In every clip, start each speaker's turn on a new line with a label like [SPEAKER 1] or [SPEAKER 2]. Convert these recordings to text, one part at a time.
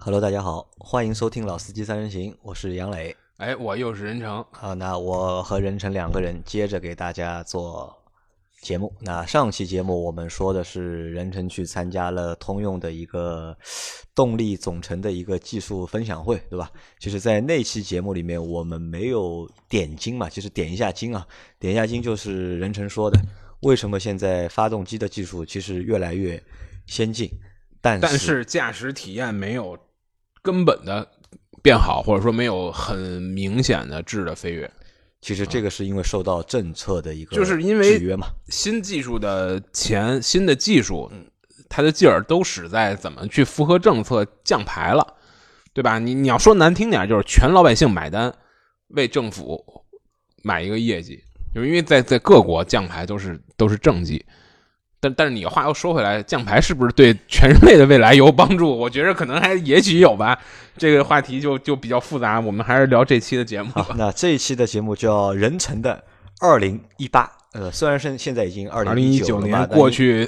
[SPEAKER 1] Hello，大家好，欢迎收听老司机三人行，我是杨磊。
[SPEAKER 2] 哎，我又是任成。
[SPEAKER 1] 好，那我和任成两个人接着给大家做节目。那上期节目我们说的是任成去参加了通用的一个动力总成的一个技术分享会，对吧？其实，在那期节目里面我们没有点睛嘛，其实点一下睛啊，点一下睛就是任成说的，为什么现在发动机的技术其实越来越先进，但
[SPEAKER 2] 是驾驶体验没有根本的变好，或者说没有很明显的质的飞跃。
[SPEAKER 1] 其实这个是因为受到政策的一个
[SPEAKER 2] 就是因为
[SPEAKER 1] 制约嘛，
[SPEAKER 2] 新技术的新的技术，它的劲儿都使在怎么去符合政策降排了，对吧？你要说难听点，就是全老百姓买单，为政府买一个业绩，就是因为在各国降排都是政绩。但是你话又说回来，降排是不是对全人类的未来有帮助？我觉得可能也许有吧。这个话题就比较复杂，我们还是聊这期的节目吧。
[SPEAKER 1] 好，那这一期的节目叫任成的2018。虽然是现在已经2019
[SPEAKER 2] 年过去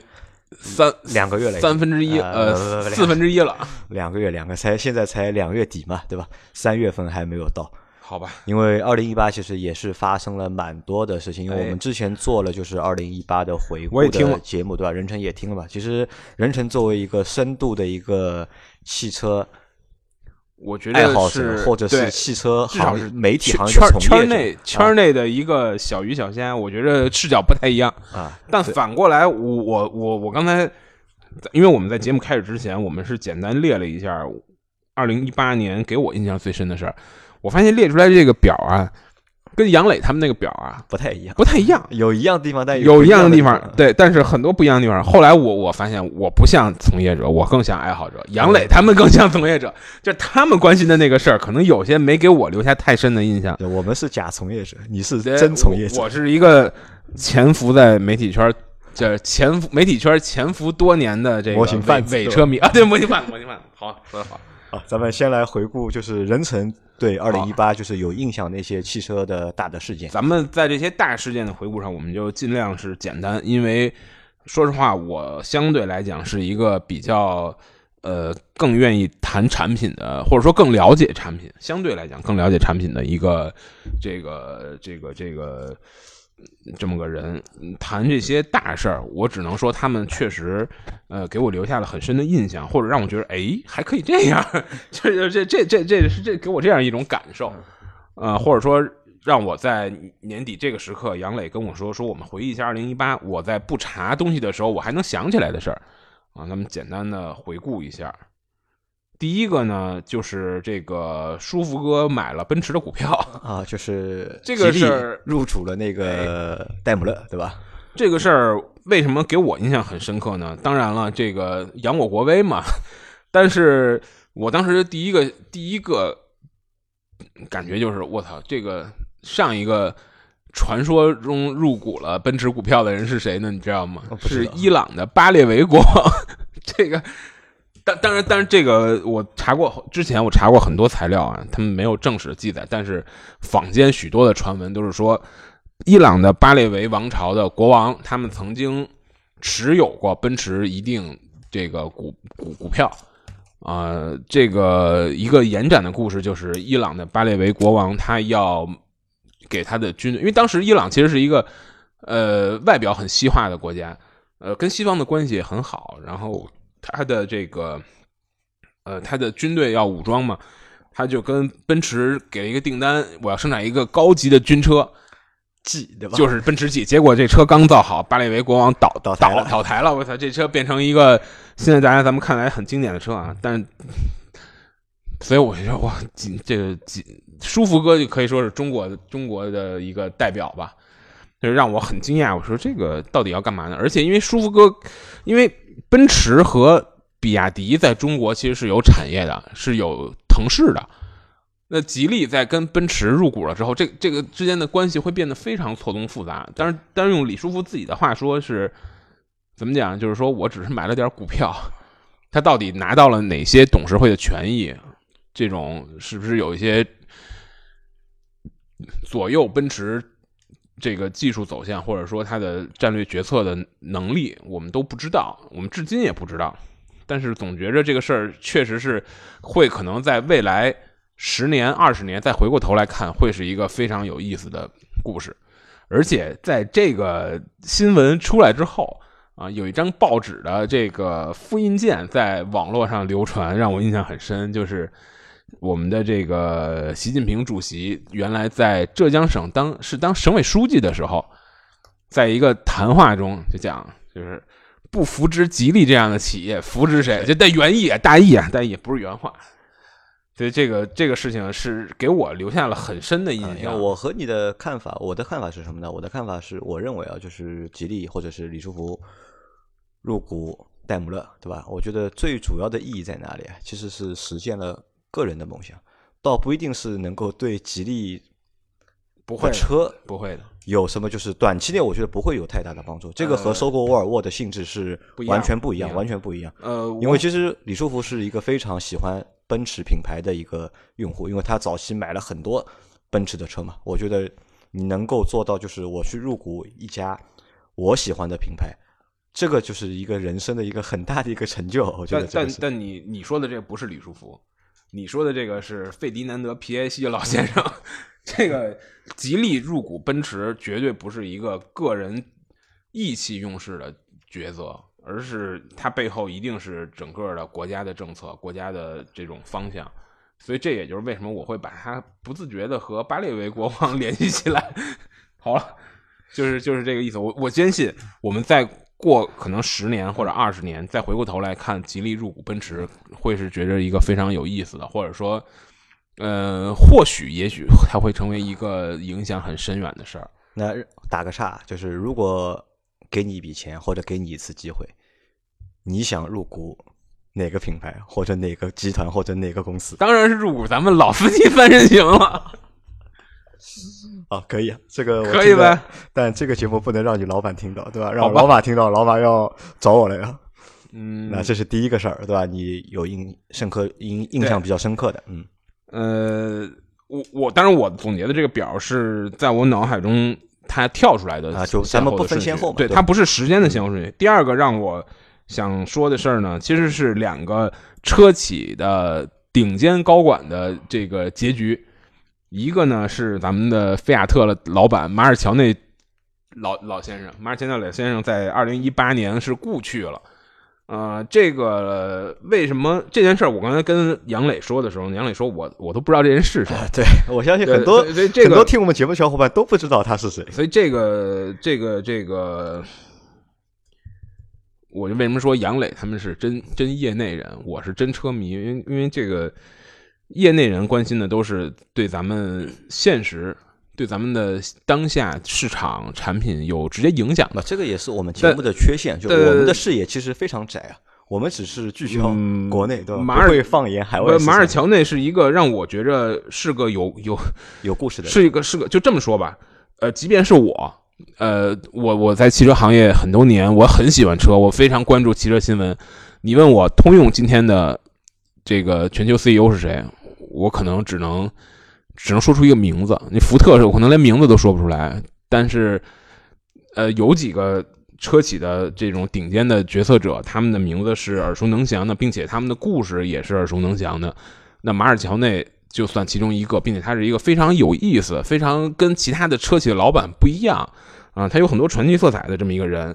[SPEAKER 1] 2个月了
[SPEAKER 2] ，1/3，4分之一了。
[SPEAKER 1] 2个月，现在才2月底嘛，对吧？3月份还没有到。
[SPEAKER 2] 好吧，
[SPEAKER 1] 因为2018其实也是发生了蛮多的事情，因为我们之前做了就是2018的回顾的节目，对吧？任成也听了吧？其实任成作为一个深度的一个汽车，
[SPEAKER 2] 我觉得
[SPEAKER 1] 爱好者或者是汽车行业媒体行业的
[SPEAKER 2] 圈内的一个小鱼小虾，我觉得视角不太一样
[SPEAKER 1] 啊。
[SPEAKER 2] 但反过来，我刚才，因为我们在节目开始之前，我们是简单列了一下2018年给我印象最深的事儿。我发现列出来这个表啊，跟杨磊他们那个表啊
[SPEAKER 1] 不太一样，有一样的地方，但
[SPEAKER 2] 有一样的地方，对，但是很多不一样的地方。后来我发现我不像从业者，我更像爱好者。杨磊他们更像从业者，就他们关心的那个事儿，可能有些没给我留下太深的印象。
[SPEAKER 1] 我们是假从业者，你是真从业者。
[SPEAKER 2] 我是一个潜伏在媒体圈，媒体圈潜伏多年的这个
[SPEAKER 1] 模型贩子
[SPEAKER 2] 伪车迷啊，对，模型贩子，好，说得好。
[SPEAKER 1] 好，咱们先来回顾，就是任成对2018就是有印象那些汽车的大的事件。
[SPEAKER 2] 咱们在这些大事件的回顾上，我们就尽量是简单，因为说实话，我相对来讲是一个比较更愿意谈产品的，或者说更了解产品，相对来讲更了解产品的一个这么个人。谈这些大事儿，我只能说他们确实给我留下了很深的印象，或者让我觉得还可以这样，这给我这样一种感受，或者说让我在年底这个时刻，杨磊跟我说我们回忆一下2018，我在不查东西的时候我还能想起来的事儿啊，咱们简单的回顾一下。第一个呢，就是这个舒服哥买了奔驰的股票
[SPEAKER 1] 啊，就是
[SPEAKER 2] 这个事儿
[SPEAKER 1] 入主了那个戴姆勒，对吧？
[SPEAKER 2] 这个事儿为什么给我印象很深刻呢？当然了，这个扬我国威嘛。但是我当时第一个感觉就是，我操，这个上一个传说中入股了奔驰股票的人是谁呢？你知道吗？是伊朗的巴列维国王。这个。当然，这个之前我查过很多材料啊，他们没有正史的记载，但是坊间许多的传闻都是说，伊朗的巴列维王朝的国王，他们曾经持有过奔驰一定这个股票，这个一个延展的故事就是伊朗的巴列维国王他要给他的军队，因为当时伊朗其实是一个外表很西化的国家，跟西方的关系也很好，然后。他的这个，他的军队要武装嘛，他就跟奔驰给了一个订单，我要生产一个高级的军车
[SPEAKER 1] G， 对吧？
[SPEAKER 2] 就是奔驰 G。结果这车刚造好，巴列维国王倒台了，我操，这车变成一个现在咱们看来很经典的车啊，但所以我觉得哇，这个舒服哥就可以说是中国的一个代表吧，就让我很惊讶。我说这个到底要干嘛呢？而且因为舒服哥，因为奔驰和比亚迪在中国其实是有产业的，是有腾势的。那吉利在跟奔驰入股了之后，这个之间的关系会变得非常错综复杂。但是用李书福自己的话说是怎么讲？就是说我只是买了点股票，他到底拿到了哪些董事会的权益？这种是不是有一些左右奔驰这个技术走向，或者说它的战略决策的能力，我们都不知道，我们至今也不知道。 但是总觉着这个事儿确实是会可能在未来10年、20年再回过头来看，会是一个非常有意思的故事。而且在这个新闻出来之后啊，有一张报纸的这个复印件在网络上流传，让我印象很深，就是我们的这个习近平主席原来在浙江省当省委书记的时候，在一个谈话中就讲，就是不扶植吉利这样的企业，扶植谁？就带原意啊，大意不是原话。所以这个事情是给我留下了很深的印象。
[SPEAKER 1] 我和你的看法，我的看法是什么呢？我的看法是，我认为啊，就是吉利或者是李书福入股戴姆勒，对吧？我觉得最主要的意义在哪里啊？其实是实现了个人的梦想，倒不一定是能够对吉利
[SPEAKER 2] 不会
[SPEAKER 1] 车
[SPEAKER 2] 不会的
[SPEAKER 1] 有什么，就是短期内我觉得不会有太大的帮助。这个和收购沃尔沃的性质是完全不一样，完全不一样。因为其实李书福是一个非常喜欢奔驰品牌的一个用户，因为他早期买了很多奔驰的车嘛。我觉得你能够做到，就是我去入股一家我喜欢的品牌，这个就是一个人生的一个很大的一个成就。我觉得
[SPEAKER 2] 但你说的这不是李书福，你说的这个是费迪南德皮埃西老先生。这个吉利入股奔驰绝对不是一个个人意气用事的抉择，而是它背后一定是整个的国家的政策、国家的这种方向。所以这也就是为什么我会把它不自觉的和巴列维国王联系起来。好了，就是这个意思。我坚信我们再过可能10年或者20年再回过头来看吉利入股奔驰，会是觉着一个非常有意思的，或者说或许也许它会成为一个影响很深远的事儿。
[SPEAKER 1] 那打个岔，就是如果给你一笔钱或者给你一次机会，你想入股哪个品牌或者哪个集团或者哪个公司？
[SPEAKER 2] 当然是入股咱们老司机3人行了。
[SPEAKER 1] 可以啊，这个我
[SPEAKER 2] 可以呗。
[SPEAKER 1] 但这个节目不能让你老板听到，对吧？让老板听到，老板要找我来了。那这是第一个事儿，对吧？你有印象比较深刻的，
[SPEAKER 2] 我当然我总结的这个表是在我脑海中它跳出来的
[SPEAKER 1] 就咱们不分先后嘛，
[SPEAKER 2] 对，它不是时间的先后顺序。第二个让我想说的事儿呢，其实是2个车企的顶尖高管的这个结局。一个呢是咱们的菲亚特的老板马尔乔内老先生，马尔乔内老先生在2018年是故去了。这个为什么这件事儿？我刚才跟杨磊说的时候，杨磊说我都不知道这人是谁。
[SPEAKER 1] 对，我相信很多很多听我们节目的小伙伴都不知道他是谁。
[SPEAKER 2] 所以这个，我就为什么说杨磊他们是真业内人，我是真车迷，因为这个业内人关心的都是对咱们现实。对咱们的当下市场产品有直接影响的，
[SPEAKER 1] 这个也是我们节目的缺陷，就我们的视野其实非常窄啊，我们只是聚焦国内，对吧？不会放眼海外市场。
[SPEAKER 2] 马尔乔内是一个让我觉着是个有
[SPEAKER 1] 故事的人，
[SPEAKER 2] 是个就这么说吧，即便是我在汽车行业很多年，我很喜欢车，我非常关注汽车新闻。你问我通用今天的这个全球 CEO 是谁，我可能只能说出一个名字，你福特我可能连名字都说不出来，但是有几个车企的这种顶尖的决策者，他们的名字是耳熟能详的，并且他们的故事也是耳熟能详的。那马尔乔内就算其中一个，并且他是一个非常有意思、非常跟其他的车企的老板不一样啊，他有很多传奇色彩的这么一个人。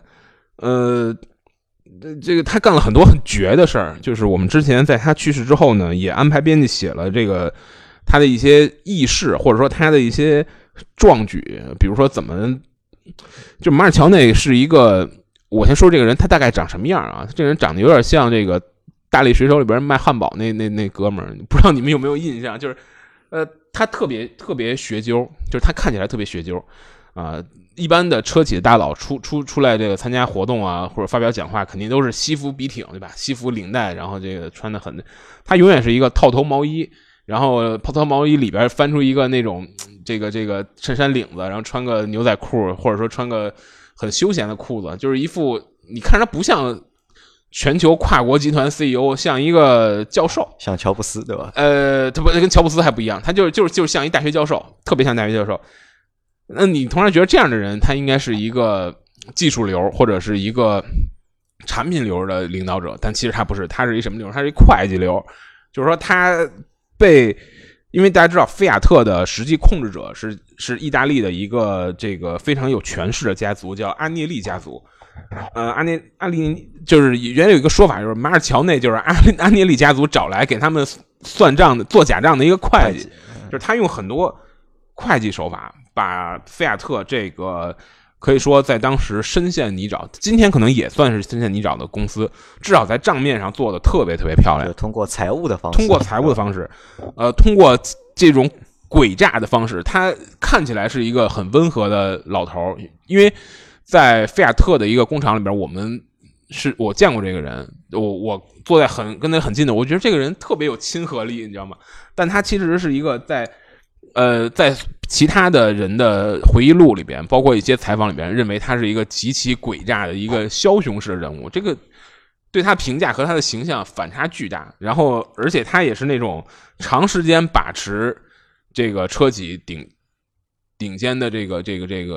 [SPEAKER 2] 这个他干了很多很绝的事儿，就是我们之前在他去世之后呢，也安排编辑写了这个他的一些轶事，或者说他的一些壮举，比如说就马尔乔内是一个，我先说这个人他大概长什么样啊？这个人长得有点像这个大力水手里边卖汉堡那哥们儿，不知道你们有没有印象？就是他特别学究，就是他看起来特别学究啊。一般的车企的大佬出来这个参加活动啊，或者发表讲话，肯定都是西服笔挺，对吧？西服领带，然后这个穿得很，他永远是一个套头毛衣。然后套头毛衣里边翻出一个那种这个衬衫领子，然后穿个牛仔裤，或者说穿个很休闲的裤子，就是一副你看着他不像全球跨国集团 CEO， 像一个教授，
[SPEAKER 1] 像乔布斯对吧？
[SPEAKER 2] 他不跟乔布斯还不一样，他就是像一大学教授，特别像大学教授。那你同样觉得这样的人，他应该是一个技术流，或者是一个产品流的领导者，但其实他不是，他是一什么流？他是一会计流，就是说他因为大家知道菲亚特的实际控制者是意大利的一个这个非常有权势的家族，叫阿涅利家族。阿涅利就是原来有一个说法，就是马尔乔内就是阿涅利家族找来给他们算账的、做假账的一个会计，就是他用很多会计手法把菲亚特这个可以说在当时深陷泥沼，今天可能也算是深陷泥沼的公司，至少在账面上做的特别特别漂亮。
[SPEAKER 1] 通过财务的方式，
[SPEAKER 2] 通过这种诡诈的方式，他看起来是一个很温和的老头，因为在菲亚特的一个工厂里边，我见过这个人，我坐在跟他很近的，我觉得这个人特别有亲和力，你知道吗？但他其实是一个在其他的人的回忆录里边，包括一些采访里边，认为他是一个极其诡诈的一个枭雄式的人物，这个对他评价和他的形象反差巨大。然后而且他也是那种长时间把持这个车企顶尖的这个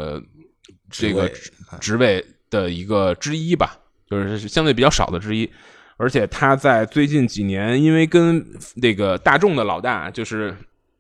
[SPEAKER 2] 职位的一个之一吧，就是相对比较少的之一。而且他在最近几年，因为跟这个大众的老大就是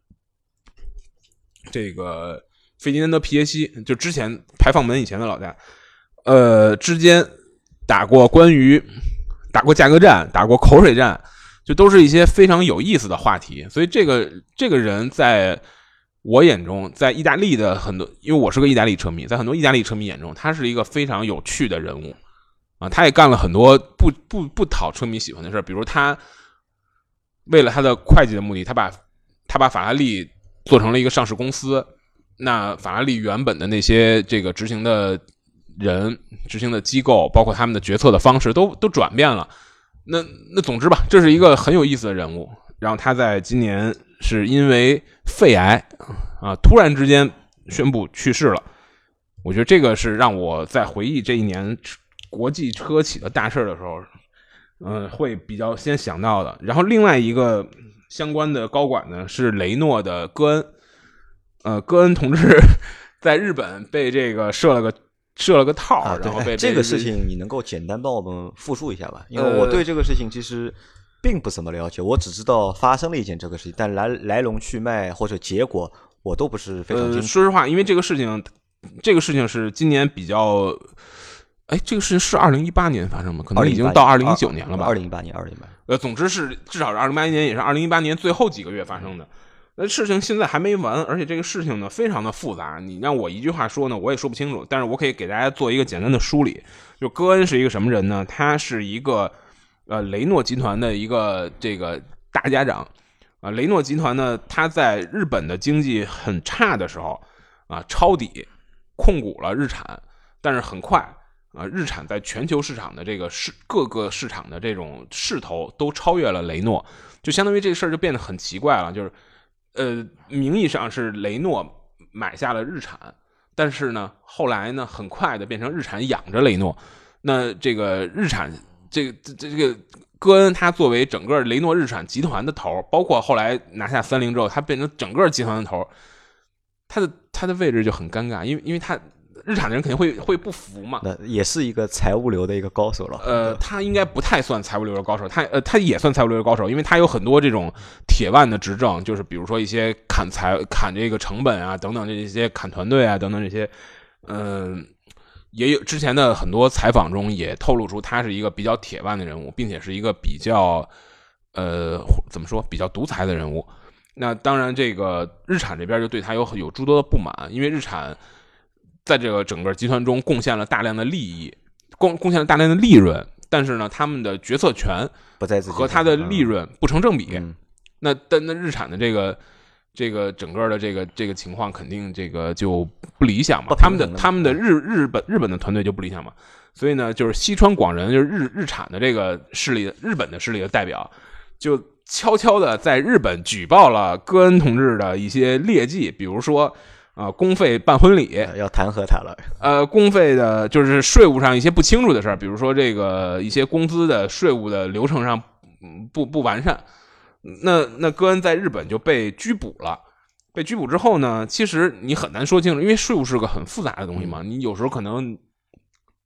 [SPEAKER 2] 这个费迪南德·皮耶西，就之前排放门以前的老大，之间打过价格战，打过口水战，就都是一些非常有意思的话题。所以这个人在我眼中，在意大利的很多，因为我是个意大利车迷，在很多意大利车迷眼中，他是一个非常有趣的人物啊。他也干了很多不讨车迷喜欢的事，比如他为了他的会计的目的，他把法拉利做成了一个上市公司。那法拉利原本的那些这个执行的人、执行的机构，包括他们的决策的方式都转变了。那总之吧，这是一个很有意思的人物。然后他在今年是因为肺癌啊，突然之间宣布去世了。我觉得这个是让我在回忆这一年国际车企的大事的时候，会比较先想到的。然后另外一个相关的高管呢是雷诺的戈恩，戈恩同志在日本被这个射了个套，然后被
[SPEAKER 1] 这个事情你能够简单帮我们复述一下吧？因为我对这个事情其实并不怎么了解，我只知道发生了一件这个事情，但来龙去脉或者结果我都不是非常清楚。
[SPEAKER 2] 说实话，因为这个事情是今年比较，这个事情是2018年发生吗？可能已经到2019年了吧
[SPEAKER 1] ？2018年。
[SPEAKER 2] 总之是至少是2018年，也是2018年最后几个月发生的。那事情现在还没完，而且这个事情呢非常的复杂，你让我一句话说呢，我也说不清楚。但是我可以给大家做一个简单的梳理。就戈恩是一个什么人呢？他是一个雷诺集团的一个这个大家长啊。雷诺集团呢，他在日本的经济很差的时候啊，抄底控股了日产，但是很快啊，日产在全球市场的这个各个市场的这种势头都超越了雷诺，就相当于这个事儿就变得很奇怪了，就是名义上是雷诺买下了日产，但是呢，后来呢，很快的变成日产养着雷诺。那这个日产，这个戈恩他作为整个雷诺日产集团的头，包括后来拿下30之后，他变成整个集团的头，他的位置就很尴尬，因为他日产的人肯定会不服嘛。
[SPEAKER 1] 那也是一个财务流的一个高手了。
[SPEAKER 2] 他应该不太算财务流的高手，他也算财务流的高手，因为他有很多这种铁腕的执政，就是比如说一些砍这个成本啊等等，这些砍团队啊等等这些，也有之前的很多采访中也透露出他是一个比较铁腕的人物，并且是一个比较怎么说比较独裁的人物。那当然，这个日产这边就对他有诸多的不满，因为日产在这个整个集团中贡献了大量的利益，贡献了大量的利润，但是呢，他们的决策权
[SPEAKER 1] 不在自己
[SPEAKER 2] 和他的利润不成正比。那日产的这个整个的这个情况，肯定这个就不理想嘛。他们的日本的团队就不理想嘛。所以呢，就是西川广人，就是日产的这个势力，日本的势力的代表，就悄悄的在日本举报了戈恩同志的一些劣迹，比如说公费办婚礼
[SPEAKER 1] 要弹劾他了。
[SPEAKER 2] 公费的就是税务上一些不清楚的事儿，比如说这个一些工资的税务的流程上不完善。那戈恩在日本就被拘捕了。被拘捕之后呢，其实你很难说清楚，因为税务是个很复杂的东西嘛，你有时候可能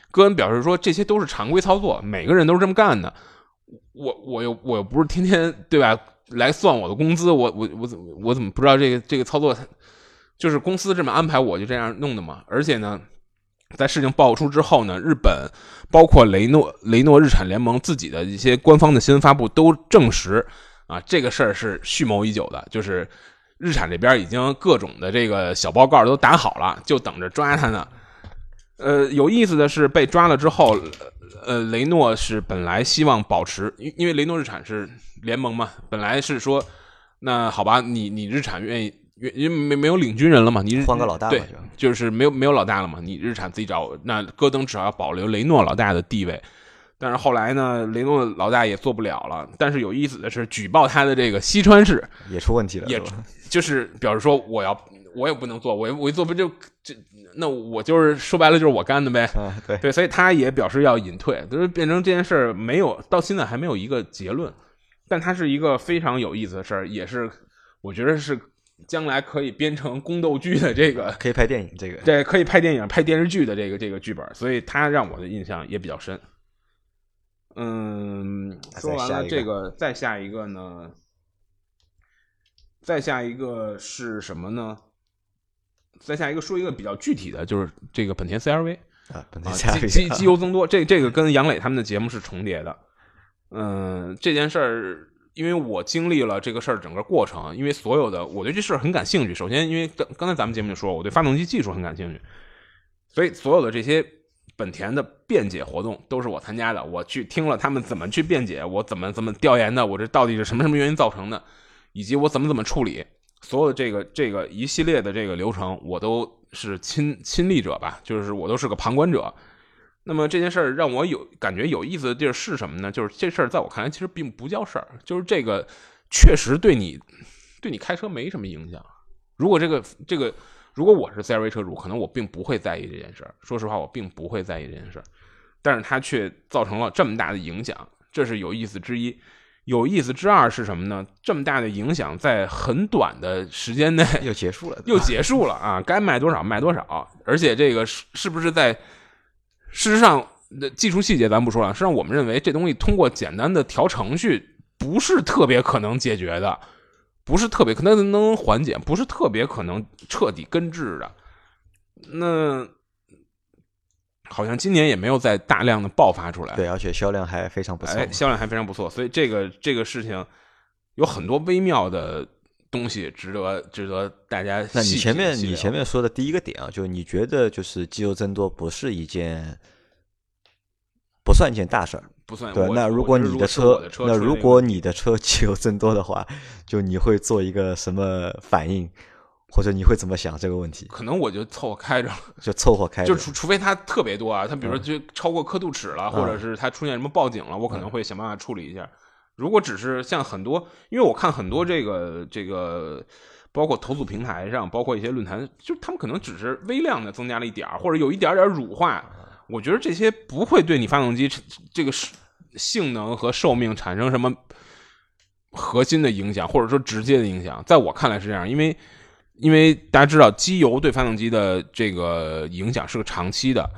[SPEAKER 2] 戈恩表示说这些都是常规操作，每个人都是这么干的。我又不是天天对吧来算我的工资，我怎么不知道这个操作就是公司这么安排我就这样弄的嘛？而且呢，在事情爆出之后呢，日本包括雷诺日产联盟自己的一些官方的新闻发布都证实啊，这个事儿是蓄谋已久的，就是日产这边已经各种的这个小报告都打好了，就等着抓他呢。有意思的是被抓了之后，雷诺是本来希望保持，因为雷诺日产是联盟嘛，本来是说，那好吧，你日产愿意，因为没有领军人了嘛，你
[SPEAKER 1] 换个老大嘛，
[SPEAKER 2] 对，就是没有老大了嘛，你日产自己找，那戈登只要保留雷诺老大的地位。但是后来呢，雷诺老大也做不了了。但是有意思的是，举报他的这个西川市
[SPEAKER 1] 也出问题了，
[SPEAKER 2] 也就是表示说我也不能做，我一做不就那我就是说白了就是我干的呗。对，所以他也表示要隐退，就是变成这件事儿没有到现在还没有一个结论，但它是一个非常有意思的事儿，也是我觉得是将来可以编成宫斗剧的这个，
[SPEAKER 1] 可以拍电影，这个
[SPEAKER 2] 对，可以拍电影、拍电视剧的这个剧本，所以他让我的印象也比较深。说完了这个，再下一个呢？再下一个是什么呢？再下一个说一个比较具体的，就是这个本田 CR-V
[SPEAKER 1] 啊，本田 CR-V
[SPEAKER 2] 机油增多，这个跟杨磊他们的节目是重叠的。这件事儿，因为我经历了这个事儿整个过程，因为所有的我对这事儿很感兴趣。首先，因为刚才咱们节目就说，我对发动机技术很感兴趣，所以所有的这些本田的辩解活动都是我参加的。我去听了他们怎么去辩解，我怎么调研的，我这到底是什么原因造成的，以及我怎么处理。所有的这个一系列的这个流程，我都是亲历者吧，就是我都是个旁观者。那么这件事儿让我感觉有意思的地儿是什么呢？就是这事儿在我看来其实并不叫事儿，就是这个确实对你开车没什么影响。如果如果我是 CR-V 车主，可能我并不会在意这件事儿。说实话，我并不会在意这件事儿，但是它却造成了这么大的影响，这是有意思之一。有意思之二是什么呢？这么大的影响在很短的时间内
[SPEAKER 1] 又结束了
[SPEAKER 2] 啊！该卖多少卖多少，而且这个是不是在事实上的技术细节咱不说了，实际上我们认为这东西通过简单的调程序不是特别可能解决的，不是特别可能缓解，不是特别可能彻底根治的。那好像今年也没有再大量的爆发出来，
[SPEAKER 1] 对，而且销量还非常不错，
[SPEAKER 2] 销量还非常不错，所以这个事情有很多微妙的东西值得大家细。
[SPEAKER 1] 那你前面说的第一个点啊，就是你觉得就是机油增多不算一件大事儿，
[SPEAKER 2] 不算。
[SPEAKER 1] 对，那如果你的车机油增多的话，就你会做一个什么反应？或者你会怎么想这个问题？
[SPEAKER 2] 可能我就凑合开着了，
[SPEAKER 1] 就
[SPEAKER 2] 除非它特别多啊，它比如说就超过刻度尺了，或者是它出现什么报警了，我可能会想办法处理一下。如果只是像很多，因为我看很多这个，包括投诉平台上，包括一些论坛，就他们可能只是微量的增加了一点，或者有一点乳化。我觉得这些不会对你发动机这个性能和寿命产生什么核心的影响，或者说直接的影响。在我看来是这样，因为大家知道机油对发动机的这个影响是个长期的，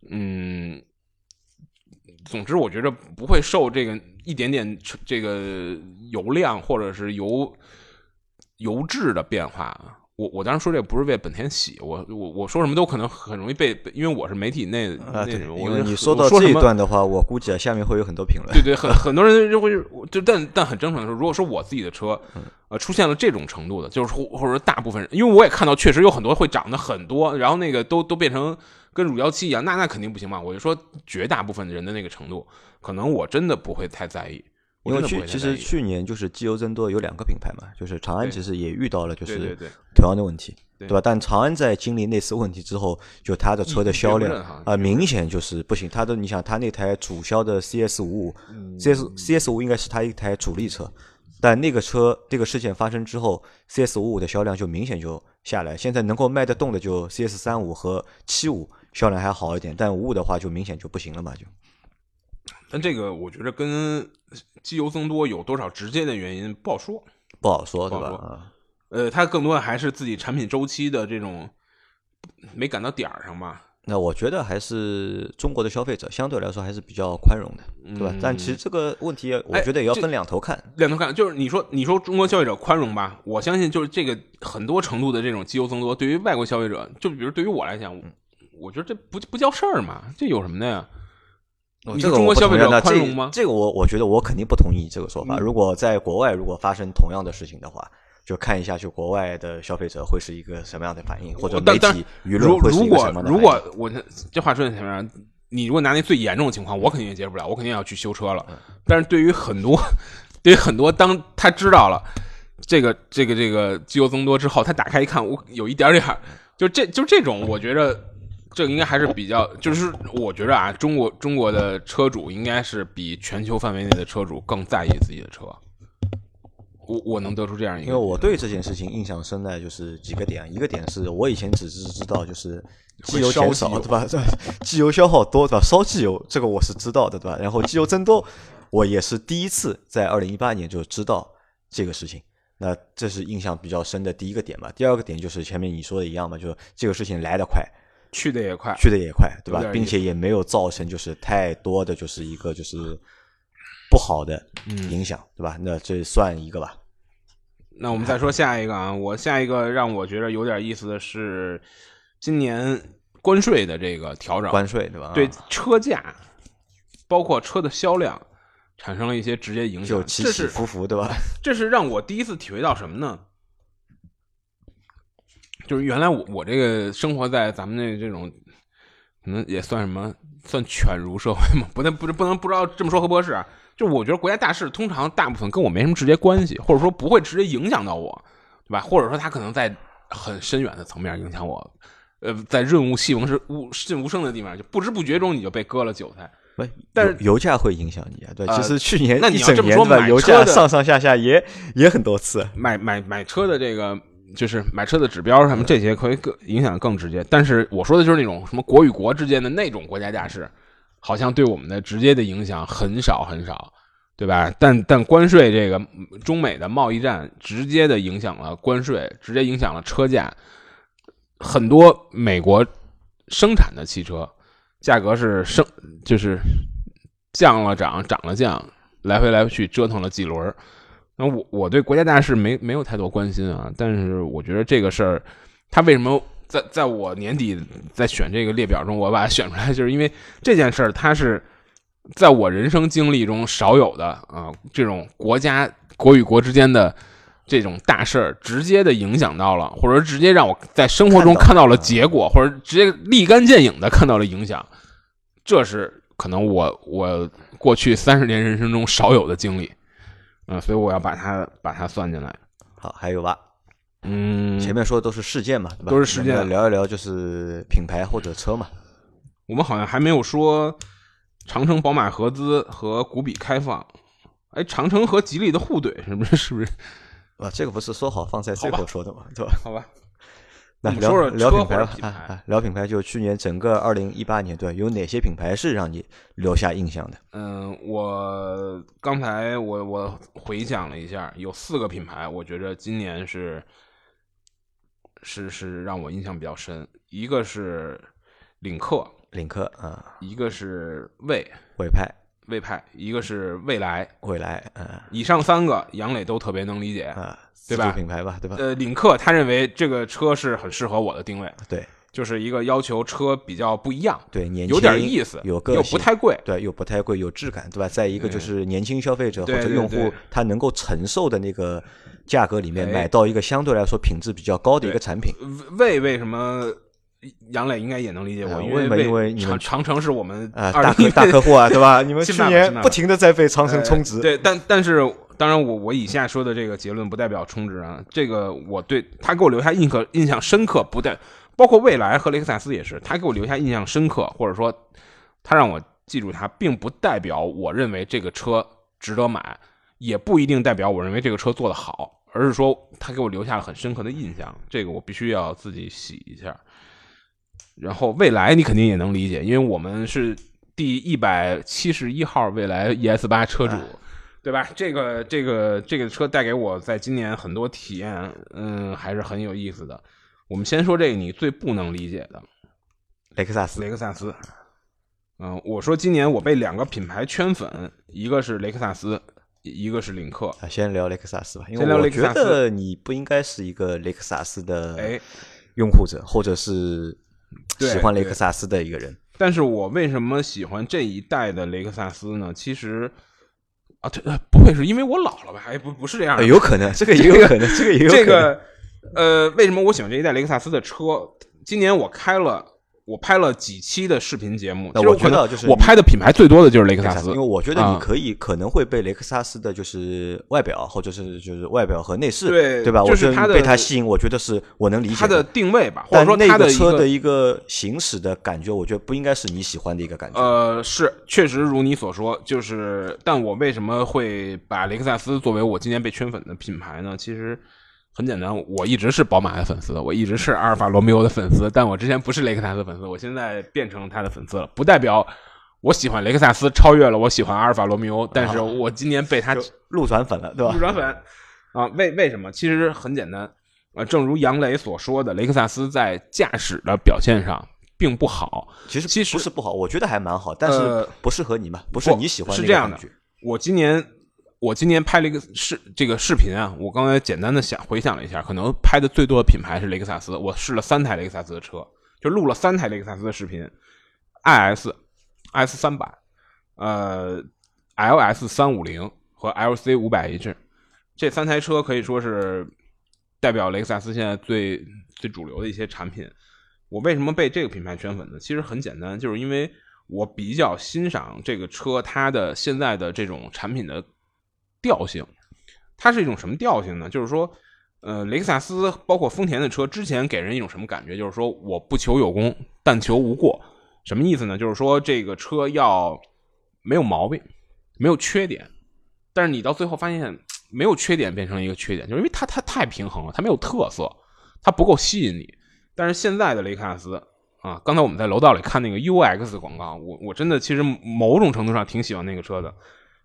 [SPEAKER 2] 总之我觉得不会受这个一点点这个油量或者是油质的变化。我当然说这不是为本田洗，我说什么都可能很容易被，因为我是媒体内的那种。
[SPEAKER 1] 因为你说到这一段的话，我估计下面会有很多评论。
[SPEAKER 2] 对，很多人就会但很正常的说，如果说我自己的车出现了这种程度的，就是或者说大部分人，因为我也看到确实有很多会长得很多，然后那个都变成跟乳胶漆一样，那肯定不行嘛。我就说绝大部分人的那个程度，可能我真的不会太在意。
[SPEAKER 1] 因为其实去年就是机油增多有两个品牌嘛，就是长安其实也遇到了就是
[SPEAKER 2] 对
[SPEAKER 1] 同样的问题，对吧？但长安在经历那次问题之后，就它的车的销量明显就是不行。你想它那台主销的 CS55，CS55 应该是它一台主力车，但那个车这个事件发生之后 ，CS55 的销量就明显就下来。现在能够卖得动的就 CS35 和75销量还好一点，但55的话就明显就不行了嘛，就。
[SPEAKER 2] 但这个我觉得跟机油增多有多少直接的原因不好说，
[SPEAKER 1] 对吧？
[SPEAKER 2] 它更多的还是自己产品周期的这种没赶到点儿上吧。
[SPEAKER 1] 那我觉得还是中国的消费者相对来说还是比较宽容的，对吧？但其实这个问题，我觉得也要分两头看。
[SPEAKER 2] 两头看，就是你说中国消费者宽容吧，我相信就是这个很多程度的这种机油增多，对于外国消费者，就比如对于我来讲，我觉得这不叫事儿嘛，这有什么的呀？你说中国消费者宽容吗？
[SPEAKER 1] 这个我觉得我肯定不同意这个说法。如果在国外如果发生同样的事情的话，就看一下去国外的消费者会是一个什么样的反应，或者媒体舆论会是一个什么样的反应。
[SPEAKER 2] 如果我这话说在前面，你如果拿那最严重的情况，我肯定也接受不了，我肯定要去修车了。但是对于很多当他知道了这个机油增多之后，他打开一看，我有一点就这种，我觉得这个应该还是比较，就是我觉得啊，中国的车主应该是比全球范围内的车主更在意自己的车。我能得出这样一个，
[SPEAKER 1] 因为我对这件事情印象深的就是几个点，一个点是我以前只是知道就是机油减少，对吧？机油消耗多，对吧？烧机油这个我是知道的，对吧？然后机油增多，我也是第一次在2018年就知道这个事情。那这是印象比较深的第一个点嘛。第二个点就是前面你说的一样嘛，就这个事情来得快，
[SPEAKER 2] 去得也快，
[SPEAKER 1] 对吧？并且也没有造成就是太多的就是一个就是不好的影响，对吧？那这算一个吧。
[SPEAKER 2] 那我们再说下一个啊，我下一个让我觉得有点意思的是，今年关税的这个调整，
[SPEAKER 1] 关税对吧？
[SPEAKER 2] 对车价，包括车的销量，产生了一些直接影响，
[SPEAKER 1] 就起起伏伏，对吧？
[SPEAKER 2] 这是让我第一次体会到什么呢？就是原来我这个生活在咱们这种，可能也算什么，算犬儒社会嘛？不能不知道这么说合不合适啊？就我觉得国家大事通常大部分跟我没什么直接关系，或者说不会直接影响到我，对吧？或者说它可能在很深远的层面影响我，在润物细无声的地方，就不知不觉中你就被割了韭菜。但是
[SPEAKER 1] 油价会影响你啊，对，其实去年
[SPEAKER 2] 那你要这么说，
[SPEAKER 1] 的油价上下也很多次。
[SPEAKER 2] 买车的这个就是买车的指标什么这些可以影响更直接，但是我说的就是那种什么国与国之间的那种国家大事。好像对我们的直接的影响很少，对吧？但关税这个中美的贸易战直接的影响了关税，直接影响了车价。很多美国生产的汽车价格是就是降了涨，涨了降，来回去折腾了几轮。那我对国家大事没有太多关心啊，但是我觉得这个事儿，它为什么？在我年底在选这个列表中，我把它选出来，就是因为这件事儿，它是在我人生经历中少有的啊，这种国与国之间的这种大事儿，直接的影响到了，或者直接让我在生活中看到了结果，或者直接立竿见影的看到了影响，这是可能我过去30年人生中少有的经历，所以我要把它算进来。
[SPEAKER 1] 好，还有吧？前面说的都是事件嘛，对吧？
[SPEAKER 2] 都是事件。
[SPEAKER 1] 聊一聊就是品牌或者车嘛。
[SPEAKER 2] 我们好像还没有说长城、宝马合资和古比开放。哎，长城和吉利的互怼是不是？
[SPEAKER 1] 啊，这个不是说好放在最后说的嘛，对吧？
[SPEAKER 2] 好吧。
[SPEAKER 1] 那
[SPEAKER 2] 聊
[SPEAKER 1] 品牌吧，聊品牌就去年整个2018年，对吧？有哪些品牌是让你留下印象的？
[SPEAKER 2] 我刚才我回想了一下，有4个品牌，我觉得今年是让我印象比较深。一个是领克
[SPEAKER 1] 啊，
[SPEAKER 2] 一个是魏派，一个是蔚来，以上3个杨磊都特别能理解
[SPEAKER 1] 啊，
[SPEAKER 2] 对吧？
[SPEAKER 1] 品牌吧，对吧？
[SPEAKER 2] 领克他认为这个车是很适合我的定位，
[SPEAKER 1] 对，
[SPEAKER 2] 就是一个要求车比较不一样，
[SPEAKER 1] 对，年轻
[SPEAKER 2] 有点意思，
[SPEAKER 1] 有个
[SPEAKER 2] 又不太贵，
[SPEAKER 1] 对，又不太贵，有质感，对吧？再一个就是年轻消费者或者用户他能够承受的那个价格里面买到一个相对来说品质比较高的一个产品。
[SPEAKER 2] 为什么杨磊应该也能理解我？因
[SPEAKER 1] 为你们
[SPEAKER 2] 长城是我们
[SPEAKER 1] 大客户啊，对吧？你们去年不停的在被长城充值，
[SPEAKER 2] 对，但是当然我以下说的这个结论不代表充值啊，这个我对他给我留下印象深刻，包括蔚来和雷克萨斯也是，他给我留下印象深刻，或者说他让我记住他，并不代表我认为这个车值得买，也不一定代表我认为这个车做得好，而是说他给我留下了很深刻的印象，这个我必须要自己洗一下。然后蔚来你肯定也能理解，因为我们是第171号蔚来 ES8 车主，对吧？这个车带给我在今年很多体验，还是很有意思的。我们先说这个你最不能理解的，
[SPEAKER 1] 雷克萨斯。
[SPEAKER 2] 雷克萨斯。我说今年我被2个品牌圈粉，一个是雷克萨斯，一个是领克。
[SPEAKER 1] 先聊雷克萨斯吧，因为我觉得你不应该是一个雷克萨斯的拥护者，或者是喜欢雷克萨斯的一个人。
[SPEAKER 2] 但是我为什么喜欢这一代的雷克萨斯呢？其实不会是因为我老了吧？不是这样的，
[SPEAKER 1] 有可能，这个也有可能，这个也有可能。
[SPEAKER 2] 这个为什么我喜欢这一代雷克萨斯的车？今年我拍了几期的视频节目，
[SPEAKER 1] 那我觉得就是
[SPEAKER 2] 我拍的品牌最多的就是雷克萨斯，
[SPEAKER 1] 因为我觉得你可能会被雷克萨斯的就是外表，或者是就是外表和内饰，对吧？
[SPEAKER 2] 就是它的
[SPEAKER 1] 被它吸引，我觉得是我能理解
[SPEAKER 2] 它的定位吧，或者说
[SPEAKER 1] 它的车的一个行驶的感觉，我觉得不应该是你喜欢的一个感觉。
[SPEAKER 2] 是确实如你所说，就是但我为什么会把雷克萨斯作为我今年被圈粉的品牌呢？其实很简单，我一直是宝马的粉丝，我一直是阿尔法罗密欧的粉丝，但我之前不是雷克萨斯粉丝，我现在变成他的粉丝了，不代表我喜欢雷克萨斯超越了我喜欢阿尔法罗密欧，但是我今年被他
[SPEAKER 1] 路转粉了，对吧？
[SPEAKER 2] 路转粉啊，为什么？其实很简单，正如杨磊所说的，雷克萨斯在驾驶的表现上并不好，
[SPEAKER 1] 其实不是不好，我觉得还蛮好，但是不适合你嘛，不是你喜欢的。
[SPEAKER 2] 是这样的，我今年拍了一个这个视频啊，我刚才简单的回想了一下，可能拍的最多的品牌是雷克萨斯，我试了3台雷克萨斯的车，就录了3台雷克萨斯的视频 ，IS、S3版、LS 350和 LC 500H， 这3台车可以说是代表雷克萨斯现在最主流的一些产品。我为什么被这个品牌圈粉呢？其实很简单，就是因为我比较欣赏这个车它的现在的这种产品的调性。它是一种什么调性呢？就是说雷克萨斯包括丰田的车之前给人一种什么感觉，就是说我不求有功但求无过。什么意思呢？就是说这个车要没有毛病没有缺点，但是你到最后发现没有缺点变成一个缺点，就是因为它太平衡了，它没有特色，它不够吸引你。但是现在的雷克萨斯啊，刚才我们在楼道里看那个 UX 广告，我真的其实某种程度上挺喜欢那个车的。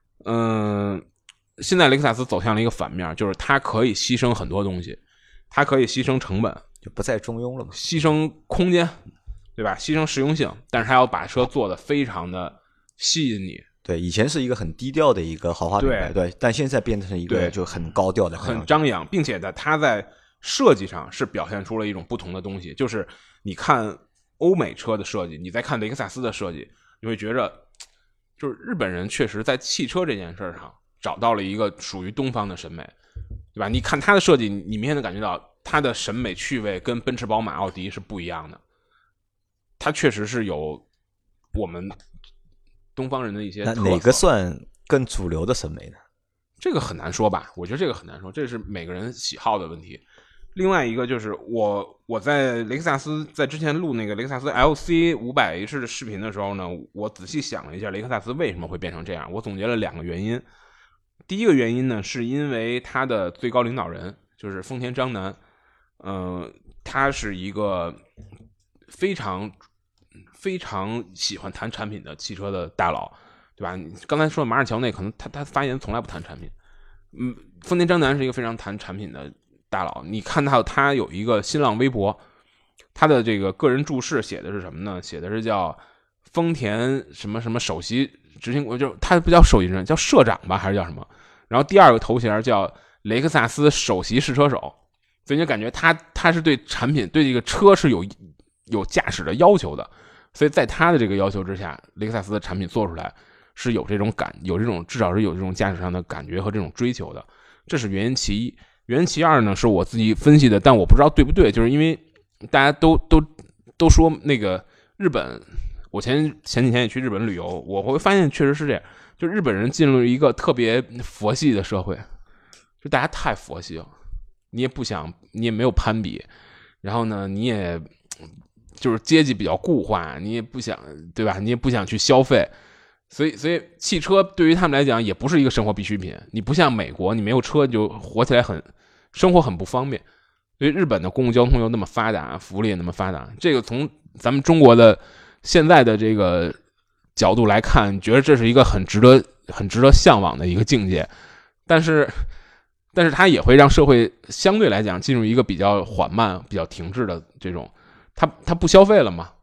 [SPEAKER 2] 现在雷克萨斯走向了一个反面，就是它可以牺牲很多东西，它可以牺牲成本，
[SPEAKER 1] 就不再中庸了嘛，
[SPEAKER 2] 牺牲空间，对吧？牺牲实用性，但是它要把车做得非常的吸引你。
[SPEAKER 1] 对，以前是一个很低调的一个豪华品牌，对，但现在变成一个就很高调的，
[SPEAKER 2] 很张扬，并且呢，它在设计上是表现出了一种不同的东西。就是你看欧美车的设计，你再看雷克萨斯的设计，你会觉着就是日本人确实在汽车这件事上找到了一个属于东方的审美，对吧？你看它的设计，你明显的感觉到它的审美趣味跟奔驰、宝马、奥迪是不一样的。它确实是有我们东方人的一些特色。
[SPEAKER 1] 那哪个算更主流的审美呢？
[SPEAKER 2] 这个很难说吧，我觉得这个很难说，这是每个人喜好的问题。另外一个就是我在雷克萨斯在之前录那个雷克萨斯 LC 500H 的视频的时候呢，我仔细想了一下雷克萨斯为什么会变成这样，我总结了2个原因。第一个原因呢，是因为他的最高领导人就是丰田章男，他是一个非常喜欢谈产品的汽车的大佬，对吧？你刚才说的马尔乔内可能他发言从来不谈产品，丰田章男是一个非常谈产品的大佬。你看到他有一个新浪微博，他的这个个人注释写的是什么呢？写的是叫丰田什么什么首席执行，就他不叫首席执行，叫社长吧，还是叫什么？然后第2个头衔叫雷克萨斯首席试车手，所以你就感觉他是对产品对这个车是有驾驶的要求的。所以在他的这个要求之下，雷克萨斯的产品做出来是有这种至少是有这种驾驶上的感觉和这种追求的，这是原因其一。原因其2呢，是我自己分析的，但我不知道对不对，就是因为大家都说那个日本，我前几天也去日本旅游，我会发现确实是这样，就日本人进入一个特别佛系的社会，就大家太佛系了，你也没有攀比，然后呢，你也就是阶级比较固化，你也不想，对吧？你也不想去消费，所以汽车对于他们来讲也不是一个生活必需品。你不像美国，你没有车你就活起来生活很不方便。所以日本的公共交通又那么发达，福利也那么发达，这个从咱们中国的现在的这个角度来看，觉得这是一个很值得向往的一个境界。但是它也会让社会相对来讲进入一个比较缓慢、比较停滞的这种。他不消费了嘛，